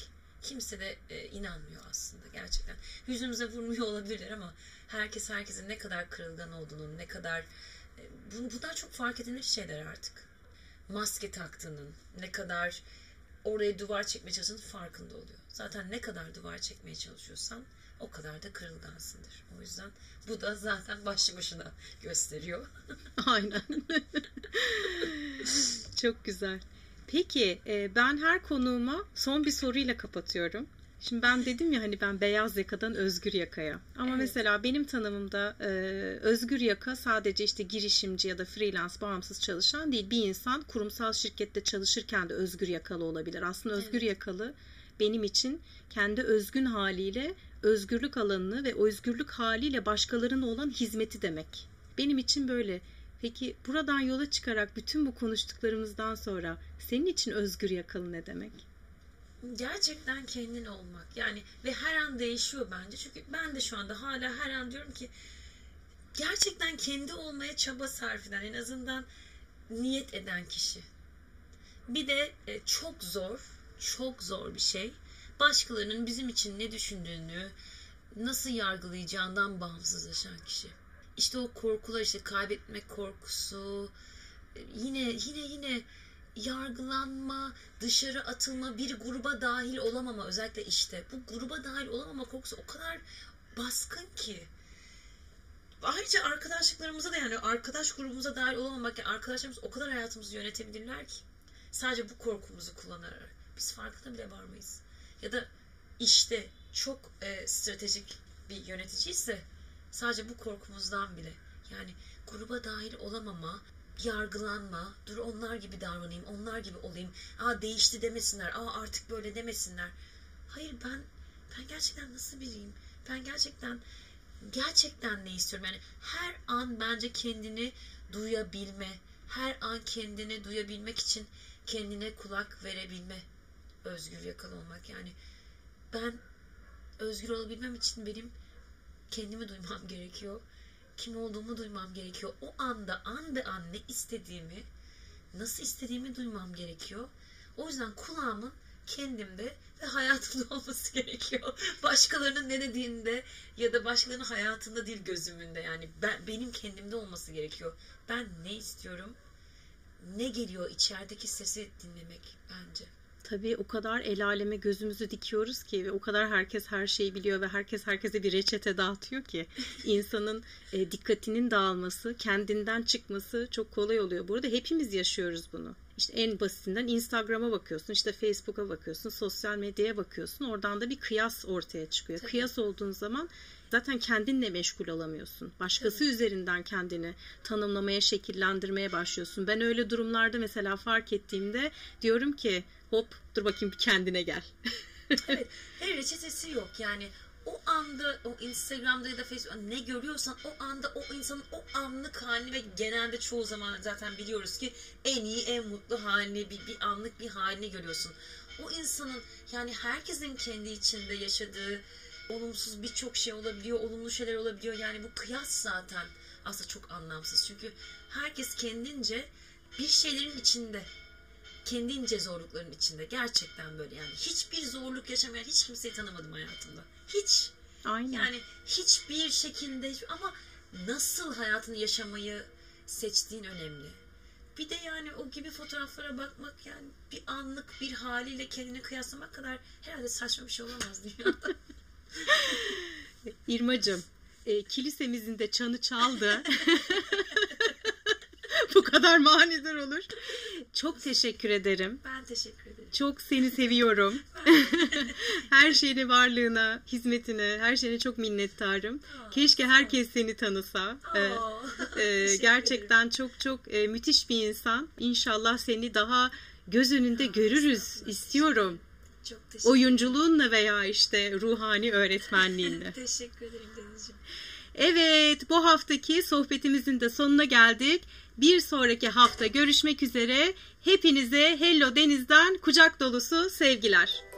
kimse de e, inanmıyor aslında gerçekten. Yüzümüze vurmuyor olabilirler ama herkes herkesin ne kadar kırılgan olduğunu, ne kadar e, bu, bunlar çok fark edilir şeyler artık. Maske taktığının, ne kadar oraya duvar çekmeye çalıştığının farkında oluyor. Zaten ne kadar duvar çekmeye çalışıyorsan o kadar da kırılgansındır. O yüzden bu da zaten başlı başına gösteriyor. Aynen. Çok güzel. Peki ben her konuğuma son bir soruyla kapatıyorum. Şimdi ben dedim ya hani ben beyaz yakadan özgür yakaya. Ama evet. Mesela benim tanımımda e, özgür yaka sadece işte girişimci ya da freelance bağımsız çalışan değil. Bir insan kurumsal şirkette çalışırken de özgür yakalı olabilir. Aslında özgür evet. yakalı benim için kendi özgün haliyle özgürlük alanını ve o özgürlük haliyle başkalarına olan hizmeti demek. Benim için böyle. Peki buradan yola çıkarak bütün bu konuştuklarımızdan sonra senin için özgür yakalı ne demek? Gerçekten kendin olmak. Yani ve her an değişiyor bence. Çünkü ben de şu anda hala her an diyorum ki gerçekten kendi olmaya çaba sarf eden, en azından niyet eden kişi. Bir de çok zor, çok zor bir şey. Başkalarının bizim için ne düşündüğünü, nasıl yargılayacağından bağımsızlaşan kişi. İşte o korkular, işte kaybetmek korkusu, yine yine yine yargılanma, dışarı atılma, bir gruba dahil olamama, özellikle işte bu gruba dahil olamama korkusu o kadar baskın ki. Ayrıca arkadaşlıklarımıza da, yani arkadaş grubumuza dahil olamamak, yani arkadaşlarımız o kadar hayatımızı yönetebilirler ki sadece bu korkumuzu kullanarak biz farkında bile varmayız. Ya da işte çok e, stratejik bir yöneticiyse sadece bu korkumuzdan bile, yani gruba dahil olamama, yargılanma, dur onlar gibi davranayım, onlar gibi olayım, aa değişti demesinler, aa artık böyle demesinler. Hayır, ben ben gerçekten nasıl biriyim? Ben gerçekten gerçekten ne istiyorum? Yani her an bence kendini duyabilme, her an kendini duyabilmek için kendine kulak verebilme, özgür yakalı olmak. Yani ben özgür olabilmem için benim kendimi duymam gerekiyor. Kim olduğumu duymam gerekiyor. O anda an be an ne istediğimi, nasıl istediğimi duymam gerekiyor. O yüzden kulağımın kendimde ve hayatımda olması gerekiyor. Başkalarının ne dediğinde ya da başkalarının hayatında değil, gözümünde. Yani ben, benim kendimde olması gerekiyor. Ben ne istiyorum? Ne geliyor? İçerideki sesi dinlemek bence. Tabii o kadar el aleme gözümüzü dikiyoruz ki ve o kadar herkes her şeyi biliyor ve herkes herkese bir reçete dağıtıyor ki insanın e, dikkatinin dağılması, kendinden çıkması çok kolay oluyor. Burada hepimiz yaşıyoruz bunu. İşte en basitinden Instagram'a bakıyorsun, işte Facebook'a bakıyorsun, sosyal medyaya bakıyorsun. Oradan da bir kıyas ortaya çıkıyor. Tabii. Kıyas olduğun zaman zaten kendinle meşgul olamıyorsun. Başkası Tabii. üzerinden kendini tanımlamaya, şekillendirmeye başlıyorsun. Ben öyle durumlarda mesela fark ettiğimde diyorum ki hop dur bakayım bir kendine gel. Evet. Her reçetesi yok. Yani o anda o Instagram'da ya da Facebook'ta ne görüyorsan o anda o insanın o anlık halini ve genelde çoğu zaman zaten biliyoruz ki en iyi, en mutlu halini, bir, bir anlık bir halini görüyorsun. O insanın, yani herkesin kendi içinde yaşadığı olumsuz birçok şey olabiliyor, olumlu şeyler olabiliyor. Yani bu kıyas zaten aslında çok anlamsız. Çünkü herkes kendince bir şeylerin içinde, kendince zorlukların içinde. Gerçekten böyle yani. Hiçbir zorluk yaşamayan hiç kimseyi tanımadım hayatımda. Hiç. Aynen. Yani hiçbir şekilde, ama nasıl hayatını yaşamayı seçtiğin önemli. Bir de yani o gibi fotoğraflara bakmak, yani bir anlık bir haliyle kendini kıyaslamak kadar herhalde saçma bir şey olamaz dünyada. İrmacığım, e, kilisemizin de çanı çaldı. Bu kadar manidar olur. Çok teşekkür ederim. Ben teşekkür ederim. Çok seni seviyorum. Her şeyine, varlığına, hizmetine, her şeyine çok minnettarım. Aa, Keşke herkes seni tanısa. Aa, ee, gerçekten çok çok e, müthiş bir insan. İnşallah seni daha göz önünde Aa, görürüz istiyorum. Çok teşekkür Oyunculuğunla veya işte ruhani öğretmenliğinle. Teşekkür ederim Denizciğim. Evet, bu haftaki sohbetimizin de sonuna geldik. Bir sonraki hafta görüşmek üzere. Hepinize Hello Deniz'den kucak dolusu sevgiler.